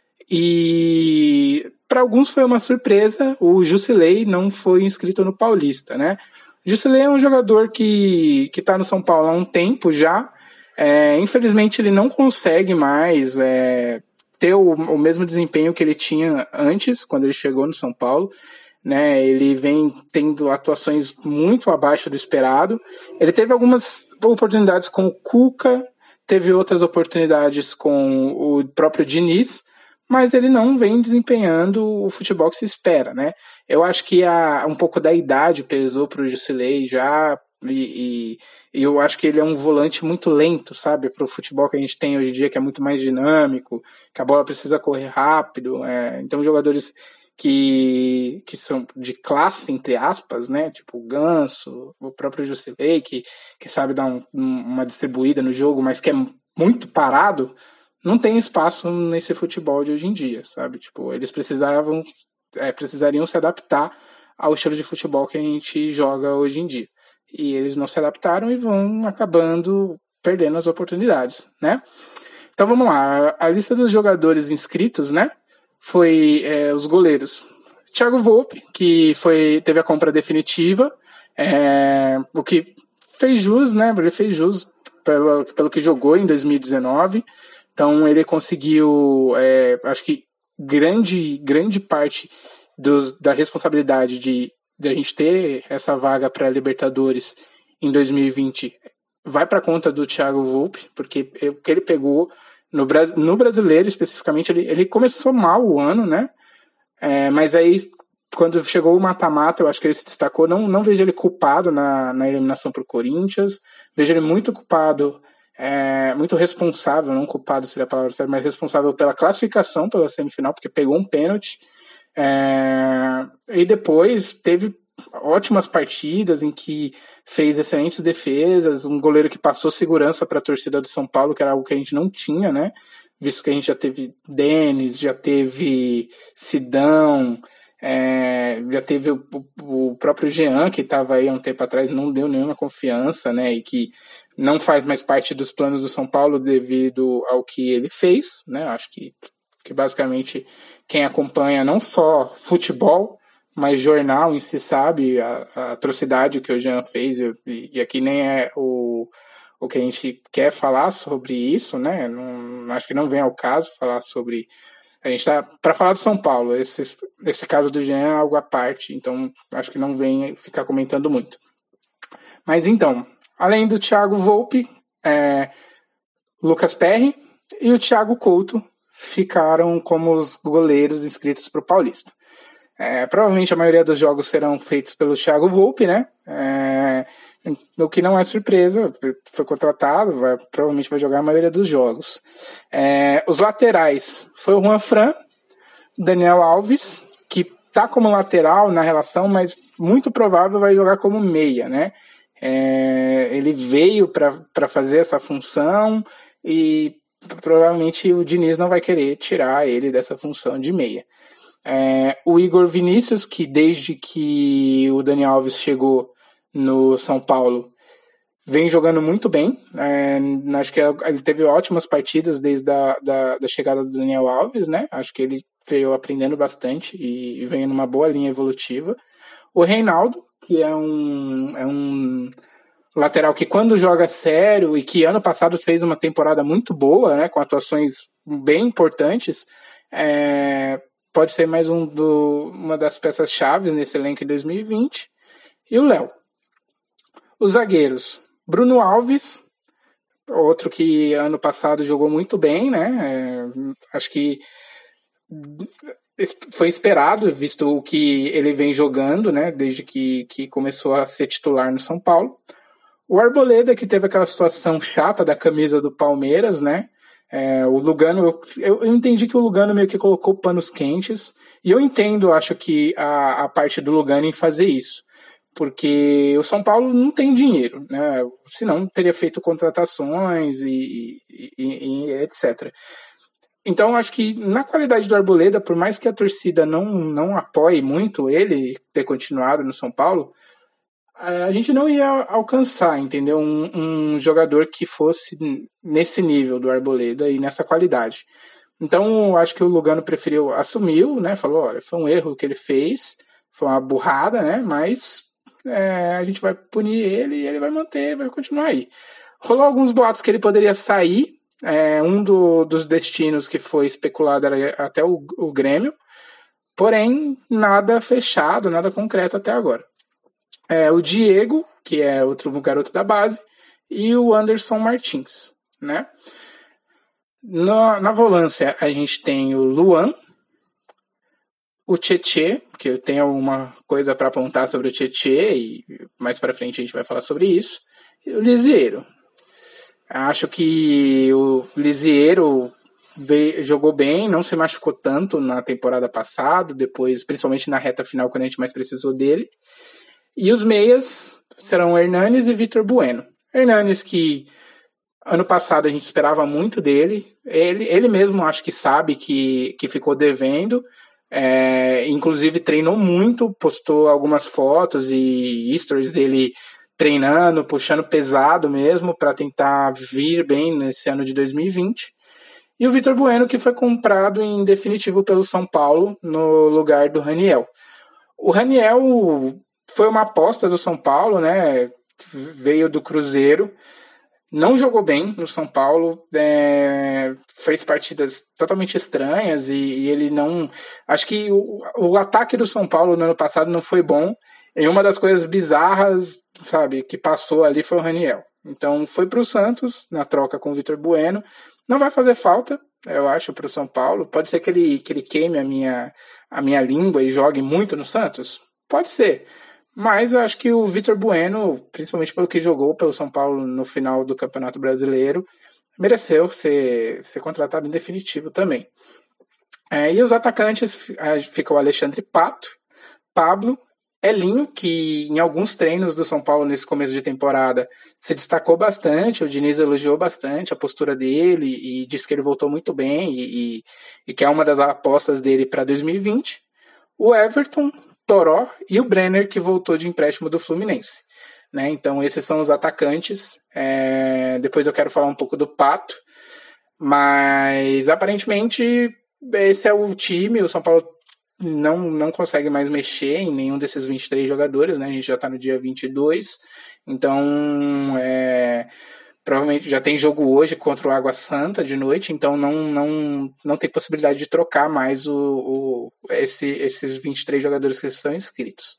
E para alguns foi uma surpresa, o Jusilei não foi inscrito no Paulista, né? O Jusilei é um jogador que está no São Paulo há um tempo já. Infelizmente ele não consegue mais ter o mesmo desempenho que ele tinha antes, quando ele chegou no São Paulo, né? Ele vem tendo atuações muito abaixo do esperado. Ele teve algumas oportunidades com o Cuca, teve outras oportunidades com o próprio Diniz, mas ele não vem desempenhando o futebol que se espera, né? Eu acho que um pouco da idade pesou para o Jusilei já, e eu acho que ele é um volante muito lento, sabe, para o futebol que a gente tem hoje em dia, que é muito mais dinâmico, que a bola precisa correr rápido. Então jogadores que são de classe, entre aspas, né, tipo o Ganso, o próprio Jusilei, que sabe dar uma distribuída no jogo, mas que é muito parado, não tem espaço nesse futebol de hoje em dia, sabe? Tipo, eles precisariam se adaptar ao estilo de futebol que a gente joga hoje em dia. E eles não se adaptaram e vão acabando perdendo as oportunidades, né? Então vamos lá, a lista dos jogadores inscritos, né? Foi os goleiros. Thiago Volpe, que teve a compra definitiva, o que fez jus, né? Ele fez jus pelo que jogou em 2019. Então ele conseguiu, acho que grande parte da responsabilidade de a gente ter essa vaga para a Libertadores em 2020 vai para conta do Thiago Volpe, porque o que ele pegou no brasileiro especificamente, ele começou mal o ano, né? Mas aí quando chegou o mata-mata, eu acho que ele se destacou. Não vejo ele culpado na eliminação para o Corinthians, vejo ele muito culpado, muito responsável, não culpado seria a palavra certa, mas responsável pela classificação pela semifinal, porque pegou um pênalti. E depois teve ótimas partidas em que fez excelentes defesas, um goleiro que passou segurança para a torcida do São Paulo, que era algo que a gente não tinha, né? Visto que a gente já teve Denis, já teve Sidão, já teve o próprio Jean, que estava aí há um tempo atrás, não deu nenhuma confiança, né? E que não faz mais parte dos planos do São Paulo devido ao que ele fez, né? Acho que basicamente quem acompanha não só futebol, mas jornal em si sabe a atrocidade que o Jean fez, e aqui nem é o que a gente quer falar sobre isso, né? Não, acho que não vem ao caso falar sobre. A gente está para falar do São Paulo. Esse caso do Jean é algo à parte, então acho que não vem ficar comentando muito. Mas então, além do Thiago Volpe, Lucas Perry e o Thiago Couto ficaram como os goleiros inscritos para o Paulista. Provavelmente a maioria dos jogos serão feitos pelo Thiago Volpe, né? O que não é surpresa, foi contratado, provavelmente vai jogar a maioria dos jogos. Os laterais foi o Juan Fran, Daniel Alves, que tá como lateral na relação, mas muito provável vai jogar como meia, né? Ele veio para fazer essa função e provavelmente o Diniz não vai querer tirar ele dessa função de meia. O Igor Vinícius, que desde que o Daniel Alves chegou no São Paulo, vem jogando muito bem. Acho que ele teve ótimas partidas desde da chegada do Daniel Alves, né? Acho que ele veio aprendendo bastante e vem numa boa linha evolutiva. O Reinaldo, que é um lateral que quando joga sério e que ano passado fez uma temporada muito boa, né, com atuações bem importantes, pode ser mais uma das peças chaves nesse elenco em 2020. E o Léo. Os zagueiros, Bruno Alves, outro que ano passado jogou muito bem, né? Acho que foi esperado, visto o que ele vem jogando, né? Desde que começou a ser titular no São Paulo. O Arboleda, que teve aquela situação chata da camisa do Palmeiras, né? O Lugano, eu entendi que o Lugano meio que colocou panos quentes, e eu entendo, acho que a parte do Lugano em fazer isso, porque o São Paulo não tem dinheiro, né? Senão teria feito contratações e etc. Então, acho que na qualidade do Arboleda, por mais que a torcida não apoie muito ele ter continuado no São Paulo, a gente não ia alcançar, entendeu? Um jogador que fosse nesse nível do Arboleda e nessa qualidade. Então, acho que o Lugano preferiu, assumiu, né? Falou, olha, foi um erro que ele fez, foi uma burrada, né? Mas a gente vai punir ele e ele vai manter, vai continuar aí. Rolou alguns boatos que ele poderia sair. Dos destinos que foi especulado era até o Grêmio. Porém, nada fechado, nada concreto até agora. O Diego, que é outro garoto da base, e o Anderson Martins, né? Na volância, a gente tem o Luan, o Tietê, que eu tenho alguma coisa para apontar sobre o Tietê, e mais para frente a gente vai falar sobre isso, e o Lisieiro. Acho que o Lisieiro jogou bem, não se machucou tanto na temporada passada, depois, principalmente na reta final, quando a gente mais precisou dele. E os meias serão Hernanes e Vitor Bueno. Hernanes, que ano passado a gente esperava muito dele, ele mesmo acho que sabe que ficou devendo, inclusive treinou muito, postou algumas fotos e stories dele treinando, puxando pesado mesmo, para tentar vir bem nesse ano de 2020. E o Vitor Bueno, que foi comprado em definitivo pelo São Paulo, no lugar do Raniel. O Raniel foi uma aposta do São Paulo, né? Veio do Cruzeiro, não jogou bem no São Paulo, fez partidas totalmente estranhas e ele não... Acho que o ataque do São Paulo no ano passado não foi bom, e uma das coisas bizarras, sabe, que passou ali foi o Raniel. Então foi para o Santos, na troca com o Vitor Bueno. Não vai fazer falta, eu acho, para o São Paulo. Pode ser que ele queime a minha língua e jogue muito no Santos? Pode ser. Mas eu acho que o Vitor Bueno, principalmente pelo que jogou pelo São Paulo no final do Campeonato Brasileiro, mereceu ser contratado em definitivo também. E os atacantes ficam o Alexandre Pato, Pablo, Elinho, que em alguns treinos do São Paulo nesse começo de temporada se destacou bastante, o Diniz elogiou bastante a postura dele e disse que ele voltou muito bem e que é uma das apostas dele para 2020. O Everton, Toró e o Brenner, que voltou de empréstimo do Fluminense. Né? Então esses são os atacantes. Depois eu quero falar um pouco do Pato, mas aparentemente esse é o time. O São Paulo não consegue mais mexer em nenhum desses 23 jogadores, né? A gente já está no dia 22, então provavelmente já tem jogo hoje contra o Água Santa de noite, então não tem possibilidade de trocar mais esses 23 jogadores que estão inscritos.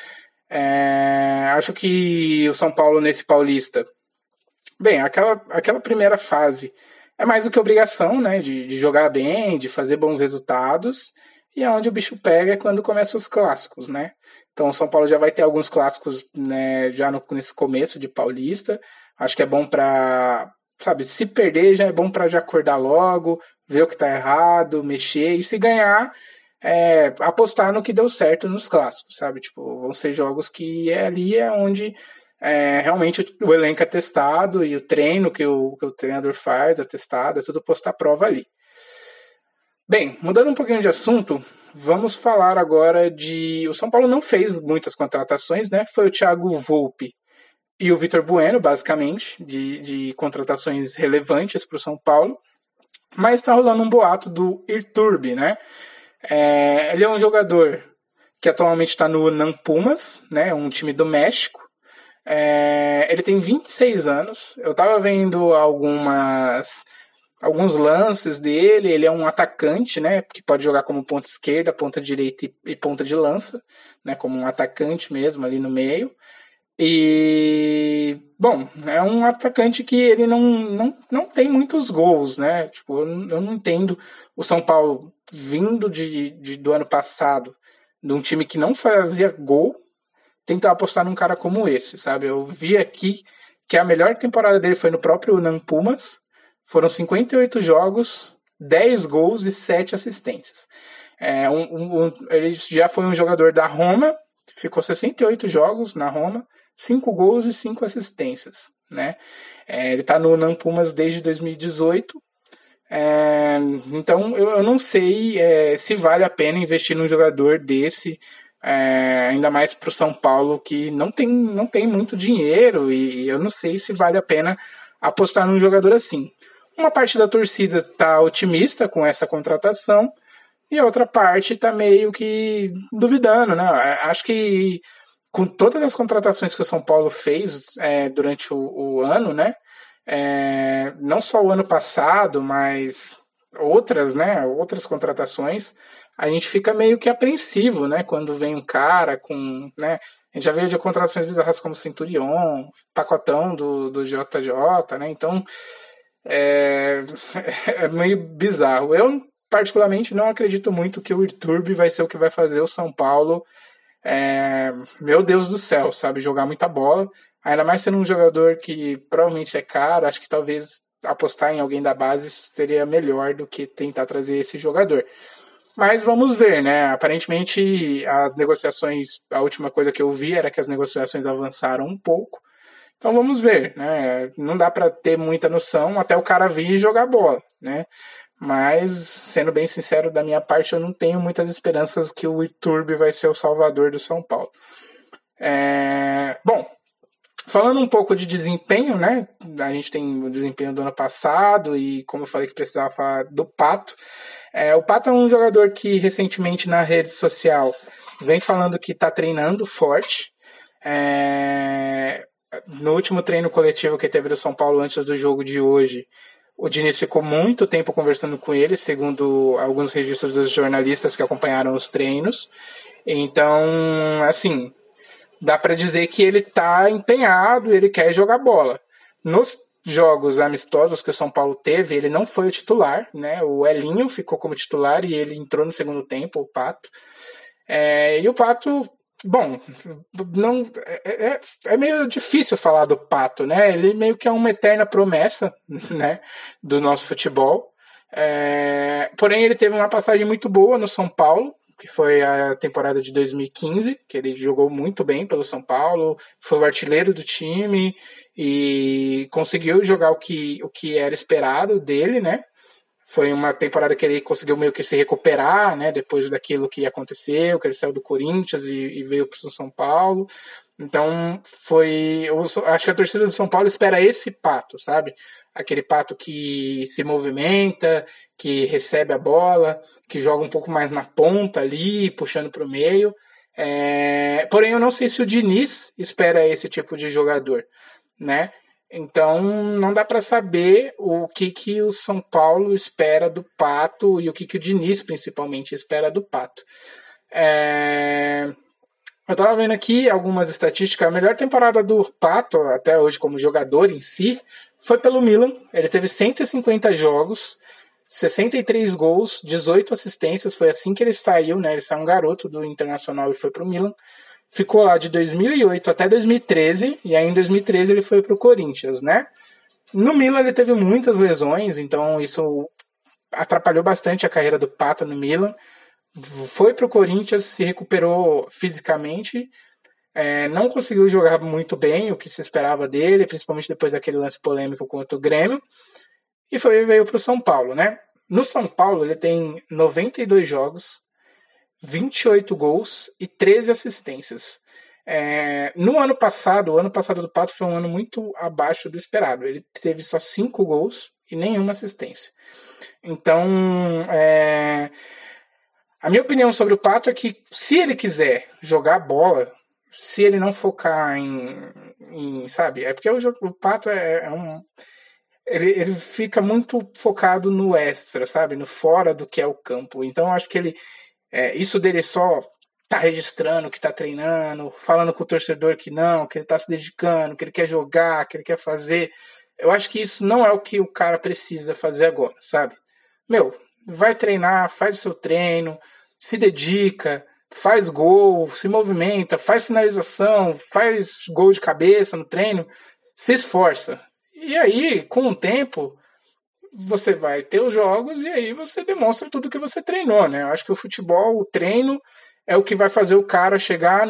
Acho que o São Paulo nesse Paulista, bem, aquela primeira fase é mais do que obrigação, né? De jogar bem, de fazer bons resultados. E é onde o bicho pega quando começam os clássicos, né? Então o São Paulo já vai ter alguns clássicos, né, já nesse começo de Paulista. Acho que é bom pra, sabe, se perder já é bom pra já acordar logo, ver o que tá errado, mexer. E se ganhar, apostar no que deu certo nos clássicos, sabe? Tipo, vão ser jogos que ali é onde realmente o elenco é testado e o treino que o treinador faz é testado, é tudo posto à prova ali. Bem, mudando um pouquinho de assunto, vamos falar agora de... O São Paulo não fez muitas contratações, né? Foi o Thiago Volpi e o Vitor Bueno, basicamente, de contratações relevantes para o São Paulo. Mas está rolando um boato do Iturbe, né? Ele é um jogador que atualmente está no Nan Pumas, né? Um time do México. Ele tem 26 anos. Eu tava vendo alguns lances dele. Ele é um atacante, né? Que pode jogar como ponta esquerda, ponta direita e ponta de lança, né? Como um atacante mesmo ali no meio. E, bom, é um atacante que ele não tem muitos gols, né? Tipo, eu não entendo o São Paulo vindo do ano passado, de um time que não fazia gol, tentar apostar num cara como esse, sabe? Eu vi aqui que a melhor temporada dele foi no próprio Nan Pumas. Foram 58 jogos, 10 gols e 7 assistências. Ele já foi um jogador da Roma, ficou 68 jogos na Roma, 5 gols e 5 assistências, né? Ele tá no Nan Pumas desde 2018. Então eu não sei se vale a pena investir num jogador desse, ainda mais para o São Paulo, que não tem muito dinheiro, e eu não sei se vale a pena apostar num jogador assim. Uma parte da torcida está otimista com essa contratação e a outra parte está meio que duvidando, né? Acho que com todas as contratações que o São Paulo fez durante o ano, né? Não só o ano passado, mas outras, né? Outras contratações, a gente fica meio que apreensivo, né? Quando vem um cara com, né? A gente já veio de contratações bizarras como Centurion, pacotão do JJ, né? Então é meio bizarro. Eu, particularmente, não acredito muito que o Iturbe vai ser o que vai fazer o São Paulo, meu Deus do céu, sabe? Jogar muita bola. Ainda mais sendo um jogador que provavelmente é caro, acho que talvez apostar em alguém da base seria melhor do que tentar trazer esse jogador. Mas vamos ver, né? Aparentemente as negociações, a última coisa que eu vi era que as negociações avançaram um pouco. Então vamos ver, né? Não dá para ter muita noção até o cara vir e jogar bola, né? Mas, sendo bem sincero, da minha parte, eu não tenho muitas esperanças que o Iturbe vai ser o salvador do São Paulo. Bom, falando um pouco de desempenho, né? A gente tem o desempenho do ano passado e, como eu falei que precisava falar do Pato. O Pato é um jogador que recentemente na rede social vem falando que está treinando forte. No último treino coletivo que teve do São Paulo antes do jogo de hoje, o Diniz ficou muito tempo conversando com ele, segundo alguns registros dos jornalistas que acompanharam os treinos. Então, assim, dá para dizer que ele está empenhado, ele quer jogar bola. Nos jogos amistosos que o São Paulo teve, ele não foi o titular, né? O Elinho ficou como titular e ele entrou no segundo tempo, o Pato. E o Pato, bom, não é meio difícil falar do Pato, né? Ele meio que é uma eterna promessa, né, do nosso futebol. Porém, ele teve uma passagem muito boa no São Paulo, que foi a temporada de 2015, que ele jogou muito bem pelo São Paulo, foi o artilheiro do time e conseguiu jogar o que era esperado dele, né? Foi uma temporada que ele conseguiu meio que se recuperar, né? Depois daquilo que aconteceu, que ele saiu do Corinthians e veio para o São Paulo. Então, acho que a torcida do São Paulo espera esse Pato, sabe? Aquele Pato que se movimenta, que recebe a bola, que joga um pouco mais na ponta ali, puxando para o meio. Porém, eu não sei se o Diniz espera esse tipo de jogador, né? Então, não dá para saber o que o São Paulo espera do Pato e o que o Diniz, principalmente, espera do Pato. Eu estava vendo aqui algumas estatísticas. A melhor temporada do Pato, até hoje, como jogador em si, foi pelo Milan. Ele teve 150 jogos, 63 gols, 18 assistências. Foi assim que ele saiu, né? Ele saiu um garoto do Internacional e foi para o Milan. Ficou lá de 2008 até 2013, e aí em 2013 ele foi para o Corinthians, né? No Milan ele teve muitas lesões, então isso atrapalhou bastante a carreira do Pato no Milan. Foi para o Corinthians, se recuperou fisicamente, não conseguiu jogar muito bem o que se esperava dele, principalmente depois daquele lance polêmico contra o Grêmio, e veio para o São Paulo, né? No São Paulo ele tem 92 jogos, 28 gols e 13 assistências. No ano passado, o ano passado do Pato foi um ano muito abaixo do esperado. Ele teve só 5 gols e nenhuma assistência. Então, a minha opinião sobre o Pato é que se ele quiser jogar bola, se ele não focar em sabe? É porque o Pato ele fica muito focado no extra, sabe? No fora do que é o campo. Então eu acho que isso dele só tá registrando que tá treinando, falando com o torcedor que não, que ele tá se dedicando, que ele quer jogar, que ele quer fazer. Eu acho que isso não é o que o cara precisa fazer agora, sabe? Meu, vai treinar, faz o seu treino, se dedica, faz gol, se movimenta, faz finalização, faz gol de cabeça no treino, se esforça. E aí, com o tempo, você vai ter os jogos e aí você demonstra tudo que você treinou, né? Eu acho que o futebol, o treino, é o que vai fazer o cara chegar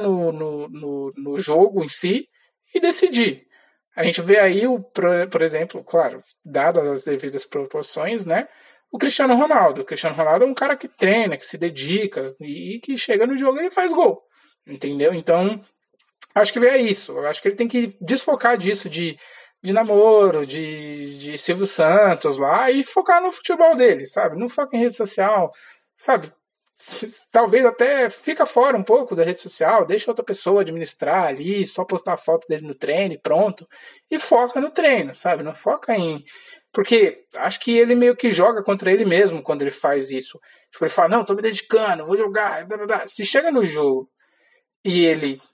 no jogo em si e decidir. A gente vê aí, por exemplo, claro, dadas as devidas proporções, né? O Cristiano Ronaldo. O Cristiano Ronaldo é um cara que treina, que se dedica e que chega no jogo e ele faz gol. Entendeu? Então, acho que é isso. Eu acho que ele tem que desfocar disso, de namoro, de Silvio Santos lá, e focar no futebol dele, sabe? Não foca em rede social, sabe? Talvez até fica fora um pouco da rede social, deixa outra pessoa administrar ali, só postar a foto dele no treino e pronto. E foca no treino, sabe? Não foca em... Porque acho que ele meio que joga contra ele mesmo quando ele faz isso. Tipo, ele fala, não, tô me dedicando, vou jogar. Se chega no jogo e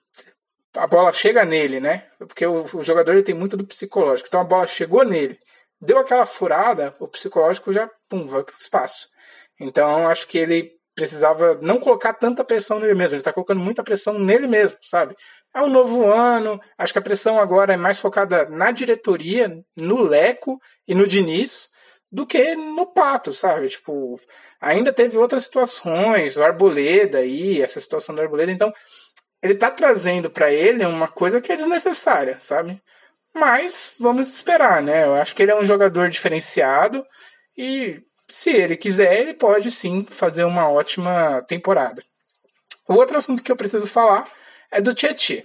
a bola chega nele, né? Porque o jogador ele tem muito do psicológico. Então a bola chegou nele, deu aquela furada, o psicológico já vai pro espaço. Então acho que ele precisava não colocar tanta pressão nele mesmo. Ele tá colocando muita pressão nele mesmo, sabe? É um novo ano, acho que a pressão agora é mais focada na diretoria, no Leco e no Diniz, do que no Pato, sabe? Tipo, ainda teve outras situações, o Arboleda aí, essa situação do Arboleda, então ele tá trazendo para ele uma coisa que é desnecessária, sabe? Mas vamos esperar, né? Eu acho que ele é um jogador diferenciado e se ele quiser, ele pode sim fazer uma ótima temporada. O outro assunto que eu preciso falar é do Tietê.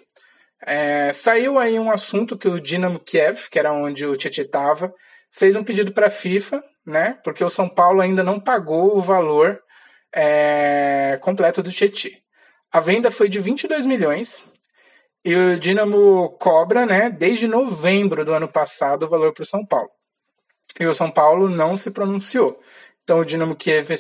Saiu aí um assunto que o Dynamo Kiev, que era onde o Tietê estava, fez um pedido para a FIFA, né? Porque o São Paulo ainda não pagou o valor completo do Tietê. A venda foi de 22 milhões e o Dynamo cobra, né, desde novembro do ano passado o valor para o São Paulo. E o São Paulo não se pronunciou. Então o Dynamo Kiev,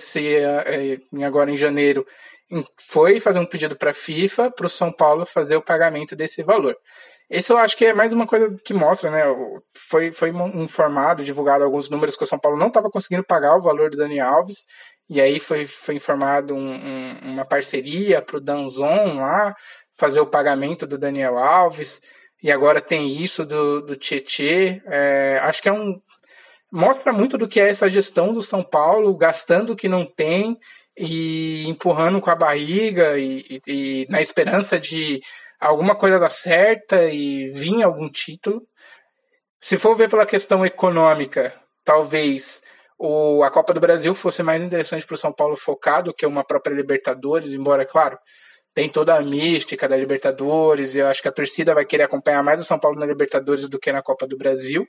agora em janeiro, foi fazer um pedido para a FIFA para o São Paulo fazer o pagamento desse valor. Isso eu acho que é mais uma coisa que mostra, né? Foi informado, divulgado alguns números que o São Paulo não estava conseguindo pagar o valor do Dani Alves. E aí foi informado uma parceria para o Danzon lá fazer o pagamento do Daniel Alves. E agora tem isso do Tietê. Acho que mostra muito do que é essa gestão do São Paulo, gastando o que não tem e empurrando com a barriga e na esperança de alguma coisa dar certa e vir algum título. Se for ver pela questão econômica, talvez a Copa do Brasil fosse mais interessante para o São Paulo focar do que uma própria Libertadores, embora, claro, tem toda a mística da Libertadores, e eu acho que a torcida vai querer acompanhar mais o São Paulo na Libertadores do que na Copa do Brasil.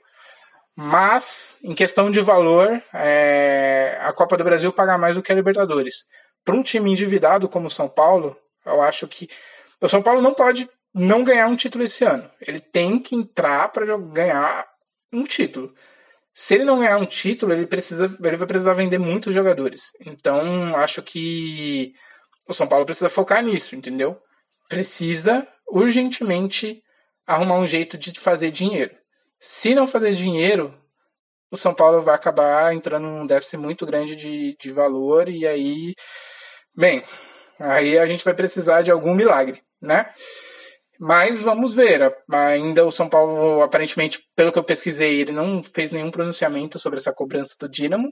Mas, em questão de valor, a Copa do Brasil paga mais do que a Libertadores. Para um time endividado como o São Paulo, eu acho que o São Paulo não pode não ganhar um título esse ano. Ele tem que entrar para ganhar um título. Se ele não ganhar um título, ele vai precisar vender muitos jogadores. Então, acho que o São Paulo precisa focar nisso, entendeu? Precisa urgentemente arrumar um jeito de fazer dinheiro. Se não fazer dinheiro, o São Paulo vai acabar entrando num déficit muito grande de valor e aí, aí a gente vai precisar de algum milagre, né? Mas vamos ver. Ainda o São Paulo, aparentemente, pelo que eu pesquisei, ele não fez nenhum pronunciamento sobre essa cobrança do Dynamo.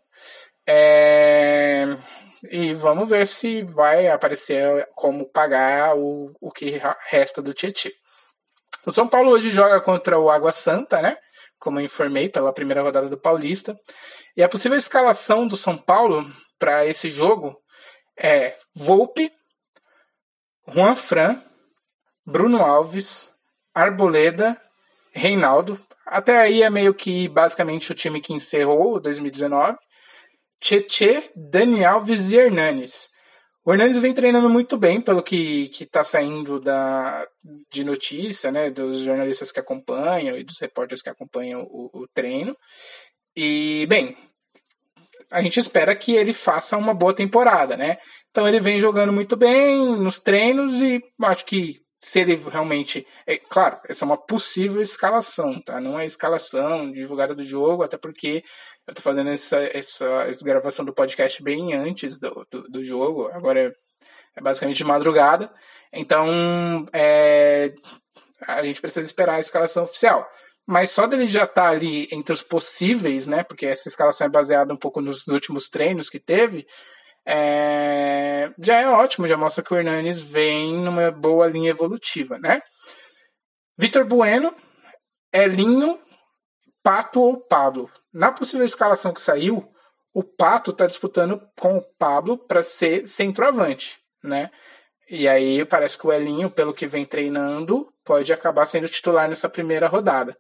E vamos ver se vai aparecer como pagar o que resta do Tietê. O São Paulo hoje joga contra o Água Santa, né? Como eu informei, pela primeira rodada do Paulista. E a possível escalação do São Paulo para esse jogo é Volpi, Juan Fran, Bruno Alves, Arboleda, Reinaldo. Até aí é meio que basicamente o time que encerrou o 2019. Tietê, Dani Alves e Hernanes. O Hernanes vem treinando muito bem, pelo que está saindo de notícia, né, dos jornalistas que acompanham e dos repórteres que acompanham o treino. E, bem, a gente espera que ele faça uma boa temporada, né? Então ele vem jogando muito bem nos treinos e acho que se ele realmente... claro, essa é uma possível escalação, tá? Não é escalação divulgada do jogo, até porque eu tô fazendo essa gravação do podcast bem antes do jogo, agora é basicamente de madrugada, então a gente precisa esperar a escalação oficial. Mas só dele já estar ali entre os possíveis, né? Porque essa escalação é baseada um pouco nos últimos treinos que teve, já é ótimo, já mostra que o Hernanes vem numa boa linha evolutiva, né? Vitor Bueno, Elinho, Pato ou Pablo. Na possível escalação que saiu, o Pato está disputando com o Pablo para ser centroavante, né? E aí parece que o Elinho, pelo que vem treinando, pode acabar sendo titular nessa primeira rodada.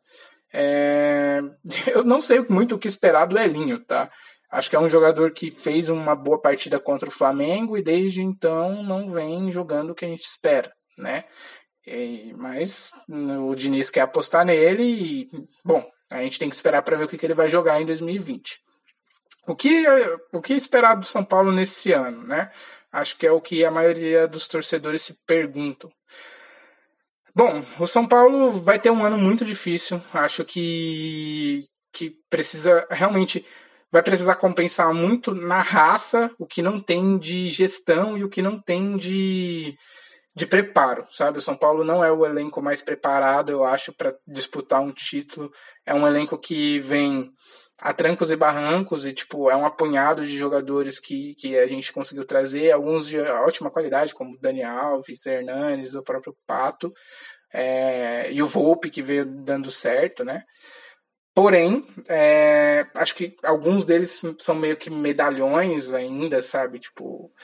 Eu não sei muito o que esperar do Elinho, tá? Acho que é um jogador que fez uma boa partida contra o Flamengo e desde então não vem jogando o que a gente espera, né? Mas o Diniz quer apostar nele e, bom, a gente tem que esperar para ver o que ele vai jogar em 2020. O que esperar do São Paulo nesse ano, né? Acho que é o que a maioria dos torcedores se perguntam. Bom, o São Paulo vai ter um ano muito difícil. Acho que precisa realmente... vai precisar compensar muito na raça o que não tem de gestão e o que não tem de preparo, sabe? O São Paulo não é o elenco mais preparado, eu acho, para disputar um título. É um elenco que vem a trancos e barrancos e, tipo, é um apunhado de jogadores que a gente conseguiu trazer, alguns de ótima qualidade, como Dani Alves, Hernanes, o próprio Pato, e o Volpi, que veio dando certo, né? Porém, acho que alguns deles são meio que medalhões ainda, sabe? Tipo,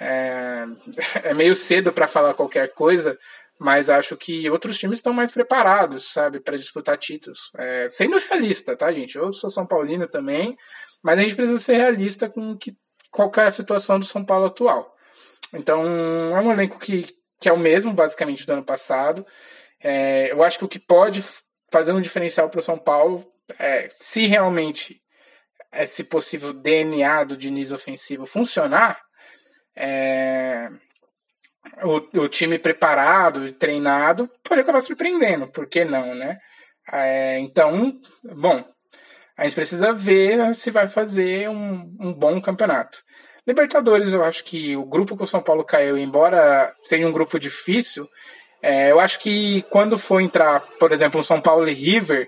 é meio cedo para falar qualquer coisa, mas acho que outros times estão mais preparados, sabe? Para disputar títulos. Sendo realista, tá, gente? Eu sou São Paulino também, mas a gente precisa ser realista com qual é a situação do São Paulo atual. Então, é um elenco que é o mesmo, basicamente, do ano passado. Eu acho que o que pode fazer um diferencial para o São Paulo, se realmente esse possível DNA do Diniz ofensivo funcionar, o time preparado e treinado pode acabar surpreendendo, por que não, né? Então, bom, a gente precisa ver se vai fazer um bom campeonato. Libertadores, eu acho que o grupo que o São Paulo caiu, embora seja um grupo difícil, eu acho que quando for entrar, por exemplo, o São Paulo e River,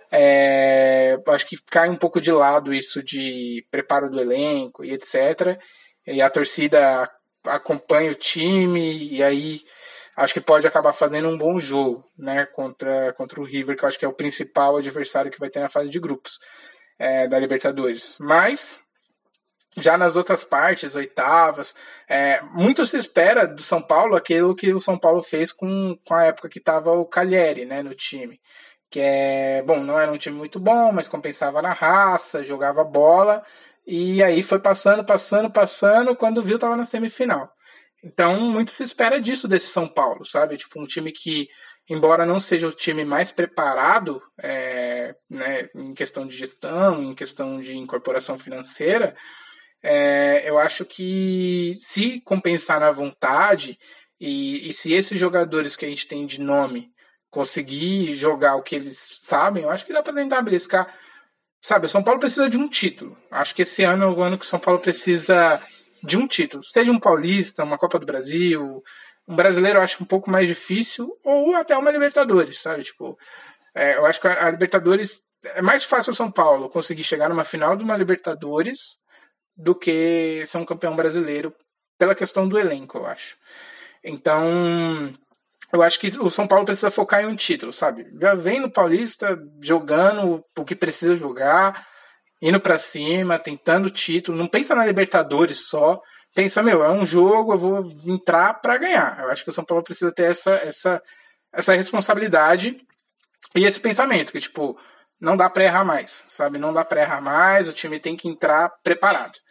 acho que cai um pouco de lado isso de preparo do elenco e etc. E a torcida acompanha o time e aí acho que pode acabar fazendo um bom jogo, né, contra o River, que eu acho que é o principal adversário que vai ter na fase de grupos da Libertadores. Mas já nas outras partes, oitavas, muito se espera do São Paulo aquilo que o São Paulo fez com a época que estava o Calheri, né, no time. Que não era um time muito bom, mas compensava na raça, jogava bola, e aí foi passando, quando viu estava na semifinal. Então, muito se espera disso desse São Paulo, sabe? Tipo, um time que, embora não seja o time mais preparado, né, em questão de gestão, em questão de incorporação financeira, eu acho que se compensar na vontade e se esses jogadores que a gente tem de nome conseguir jogar o que eles sabem, eu acho que dá para tentar beliscar. Sabe, o São Paulo precisa de um título. Acho que esse ano é o ano que o São Paulo precisa de um título. Seja um Paulista, uma Copa do Brasil, um brasileiro eu acho um pouco mais difícil, ou até uma Libertadores, sabe? Tipo, eu acho que a Libertadores é mais fácil o São Paulo conseguir chegar numa final de uma Libertadores do que ser um campeão brasileiro pela questão do elenco, eu acho. Então, eu acho que o São Paulo precisa focar em um título, sabe? Já vem no Paulista jogando o que precisa jogar, indo pra cima, tentando título. Não pensa na Libertadores só. Pensa, é um jogo, eu vou entrar pra ganhar. Eu acho que o São Paulo precisa ter essa responsabilidade e esse pensamento, que tipo, não dá pra errar mais, sabe? Não dá pra errar mais, o time tem que entrar preparado.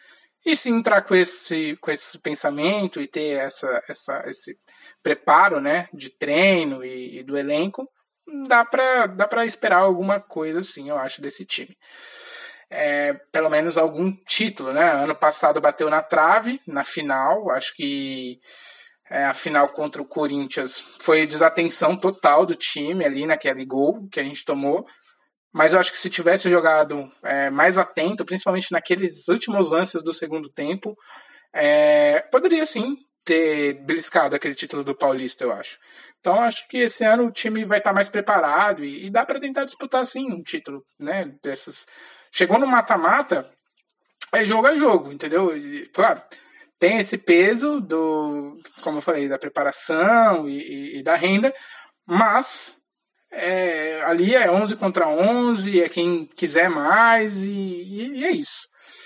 E se entrar com esse pensamento e ter esse preparo, né, de treino e do elenco, dá pra esperar alguma coisa assim, eu acho, desse time. Pelo menos algum título, né? Ano passado bateu na trave, na final, acho que a final contra o Corinthians foi desatenção total do time ali naquele gol que a gente tomou. Mas eu acho que se tivesse jogado mais atento, principalmente naqueles últimos lances do segundo tempo, poderia sim ter beliscado aquele título do Paulista, eu acho. Então acho que esse ano o time vai estar mais preparado e dá para tentar disputar sim um título, né? Chegou no mata-mata, é jogo, entendeu? E, claro, tem esse peso como eu falei, da preparação e da renda, mas ali é 11 contra 11, é quem quiser mais e é isso.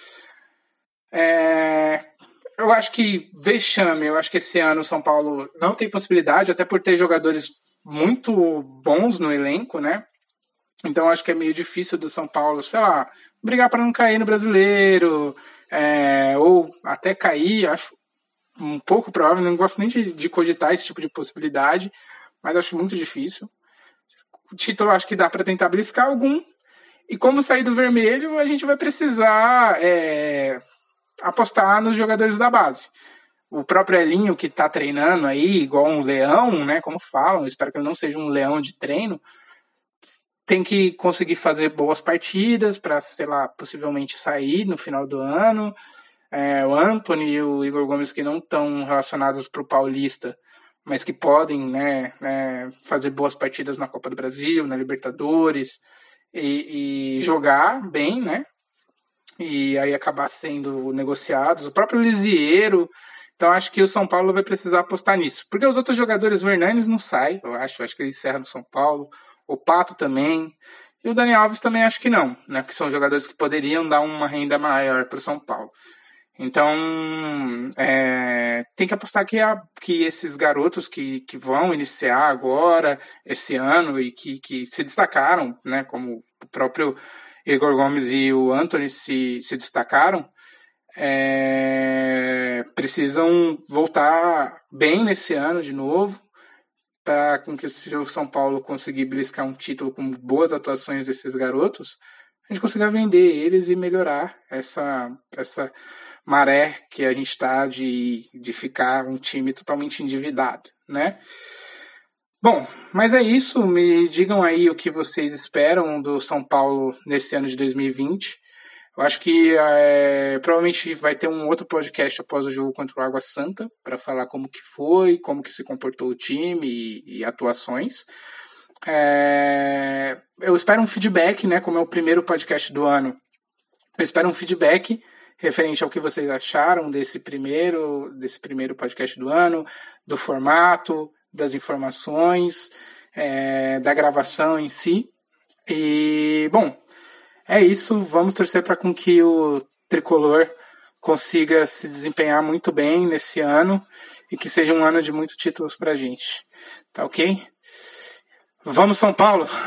Eu acho que vexame, eu acho que esse ano o São Paulo não tem possibilidade, até por ter jogadores muito bons no elenco, né? Então acho que é meio difícil do São Paulo, sei lá, brigar para não cair no Brasileiro, ou até cair, acho um pouco provável, não gosto nem de cogitar esse tipo de possibilidade, mas acho muito difícil. O título acho que dá para tentar beliscar algum, e como sair do vermelho, a gente vai precisar apostar nos jogadores da base. O próprio Elinho, que está treinando aí, igual um leão, né, como falam, espero que ele não seja um leão de treino, tem que conseguir fazer boas partidas para, sei lá, possivelmente sair no final do ano. O Antony e o Igor Gomes, que não estão relacionados para o Paulista, mas que podem, né, fazer boas partidas na Copa do Brasil, na Libertadores, e jogar bem, né? E aí acabar sendo negociados. O próprio Lisieiro. Então acho que o São Paulo vai precisar apostar nisso. Porque os outros jogadores, o Hernanes não sai, eu acho que ele encerra no São Paulo. O Pato também. E o Dani Alves também acho que não, né? Porque são jogadores que poderiam dar uma renda maior para o São Paulo. Então, tem que apostar que esses garotos que vão iniciar agora, esse ano, e que se destacaram, né? Como o próprio Igor Gomes e o Antony se destacaram, precisam voltar bem nesse ano de novo, para com que se o São Paulo conseguir beliscar um título com boas atuações desses garotos, a gente consiga vender eles e melhorar essa maré que a gente está de ficar um time totalmente endividado, né? Bom, mas é isso. Me digam aí o que vocês esperam do São Paulo nesse ano de 2020. Eu acho que provavelmente vai ter um outro podcast após o jogo contra o Água Santa para falar como que foi, como que se comportou o time e atuações. Eu espero um feedback, né? Como é o primeiro podcast do ano, eu espero um feedback referente ao que vocês acharam desse primeiro podcast do ano, do formato, das informações, da gravação em si. E, bom, é isso, vamos torcer para com que o Tricolor consiga se desempenhar muito bem nesse ano e que seja um ano de muitos títulos para a gente. Tá ok? Vamos, São Paulo!